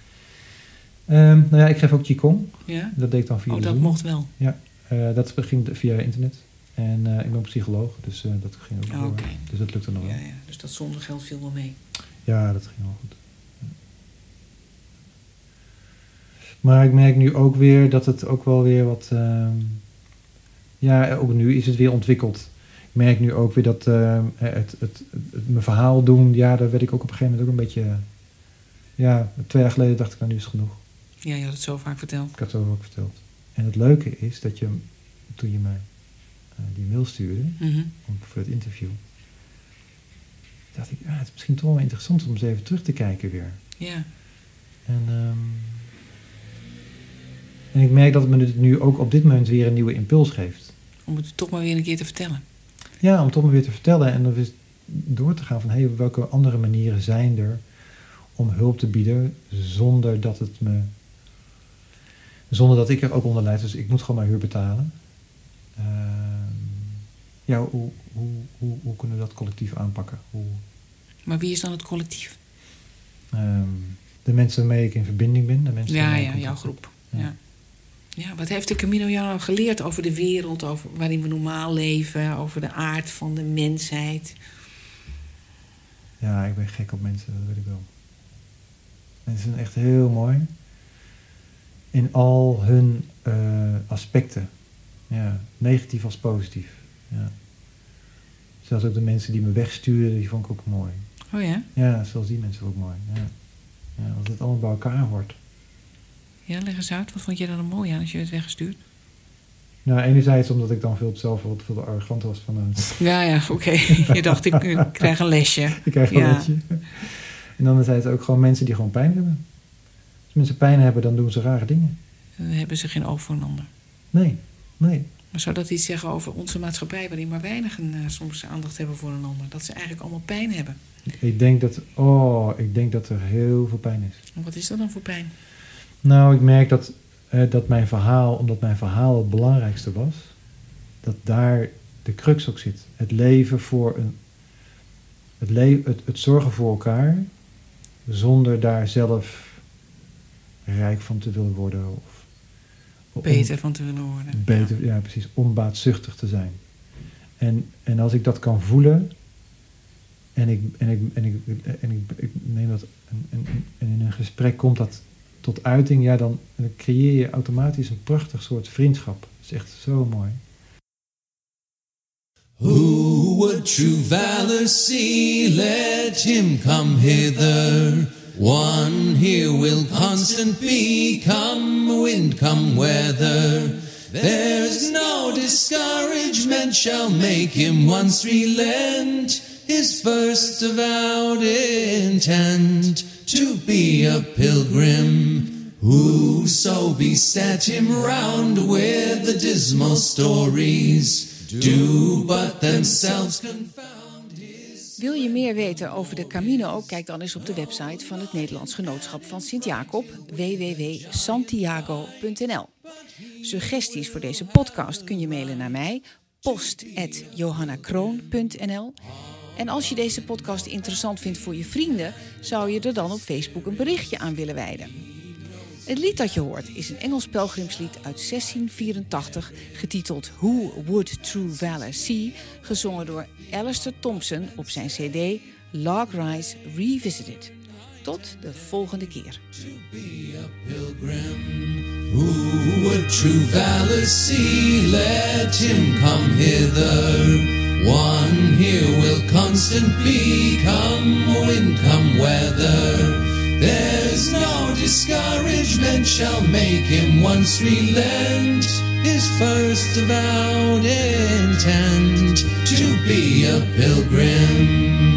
ehm, nou ja, ik geef ook Qigong. Ja? Dat deed ik dan via Oh, dat Zoom. mocht wel. Eh, dat ging via internet. En eh, ik ben psycholoog, dus eh, dat ging ook Oh, door. oké. Dus dat lukte nog wel. Ja, ja. Dus dat zonder geld viel wel mee. Ja, dat ging wel goed. Ja. Maar ik merk nu ook weer dat het ook wel weer wat... ehm, ja, ook nu is het weer ontwikkeld. Ik merk nu ook weer dat ehm, het, het, het, het mijn verhaal doen... Ja, daar werd ik ook op een gegeven moment ook een beetje... Ja, twee jaar geleden dacht ik, nou nu is het genoeg. Ja, je had het zo vaak verteld. Ik had het ook verteld. En het leuke is dat je... toen je me uh, die mail stuurde, Mm-hmm. om, voor het interview. Dacht ik, ah, het is misschien toch wel interessant om eens even terug te kijken weer. Ja. En, um, en ik merk dat het me nu ook op dit moment weer een nieuwe impuls geeft. Om het toch maar weer een keer te vertellen. Ja, om het toch maar weer te vertellen en dan weer door te gaan van, hey, welke andere manieren zijn er om hulp te bieden zonder dat het me, zonder dat ik er ook onder lijd. Dus ik moet gewoon mijn huur betalen. Uh, ja, hoe, hoe, hoe, hoe kunnen we dat collectief aanpakken? Hoe, Maar wie is dan het collectief? um, de mensen waarmee ik in verbinding ben. De mensen Ja, waarmee ja, ik jouw contact groep. heb. Ja. Ja. Ja, wat heeft de Camino jou nou geleerd over de wereld, over waarin we normaal leven, over de aard van de mensheid? Ja, ik ben gek op mensen, dat weet ik wel. Mensen zijn echt heel mooi. In al hun uh, aspecten. Ja, negatief als positief. Ja. Zelfs ook de mensen die me wegsturen, die vond ik ook mooi. Oh ja? Ja, zelfs die mensen ook mooi. Ja. Ja, als het allemaal bij elkaar hoort. Ja, leg eens uit. Wat vond je daar dan mooi aan als je werd weggestuurd? Nou, enerzijds omdat ik dan veel zelf wat veel arrogant was van een... Ja, ja, oké. Okay. Je dacht, ik, ik krijg een lesje. Ik krijg een ja. lesje. En anderzijds ook gewoon mensen die gewoon pijn hebben. Als mensen pijn hebben, dan doen ze rare dingen. Dan hebben ze geen oog voor een ander. Nee, nee. Maar zou dat iets zeggen over onze maatschappij, waarin maar weinigen uh, soms aandacht hebben voor een ander? Dat ze eigenlijk allemaal pijn hebben. Ik denk dat, oh, ik denk dat er heel veel pijn is. En wat is dat dan voor pijn? Nou, ik merk dat, uh, dat mijn verhaal, omdat mijn verhaal het belangrijkste was, dat daar de crux ook zit. Het leven voor een, het, le- het, het zorgen voor elkaar, zonder daar zelf rijk van te willen worden. Of, Beter van te willen worden. Beter, ja. ja, precies. Onbaatzuchtig te zijn. En, en als ik dat kan voelen, en ik, en ik, en ik, en ik, ik neem dat, en, en, en in een gesprek komt dat tot uiting, ja, dan, dan creëer je automatisch een prachtig soort vriendschap. Dat is echt zo mooi. Who would true valor see? Let him come hither. One here will constant be, come wind, come weather. There's no discouragement shall make him once relent his first avowed intent to be a pilgrim. Whoso beset him round with the dismal stories do but themselves confound his... Wil je meer weten over de Camino? Kijk dan eens op de website van het Nederlands Genootschap van Sint-Jacob, w w w punt santiago punt n l. Suggesties voor deze podcast kun je mailen naar mij, post at johannakroon punt n l. En als je deze podcast interessant vindt voor je vrienden, zou je er dan op Facebook een berichtje aan willen wijden. Het lied dat je hoort is een Engels pelgrimslied uit zestien vierentachtig, getiteld Who Would True Valor See, gezongen door Alistair Thompson op zijn cd Log Rise Revisited. Tot de volgende keer. To be a pilgrim, who would true valor see? Let him come hither. One here will constant be, come wind, come weather. There's no discouragement shall make him once relent his first avowed intent to be a pilgrim.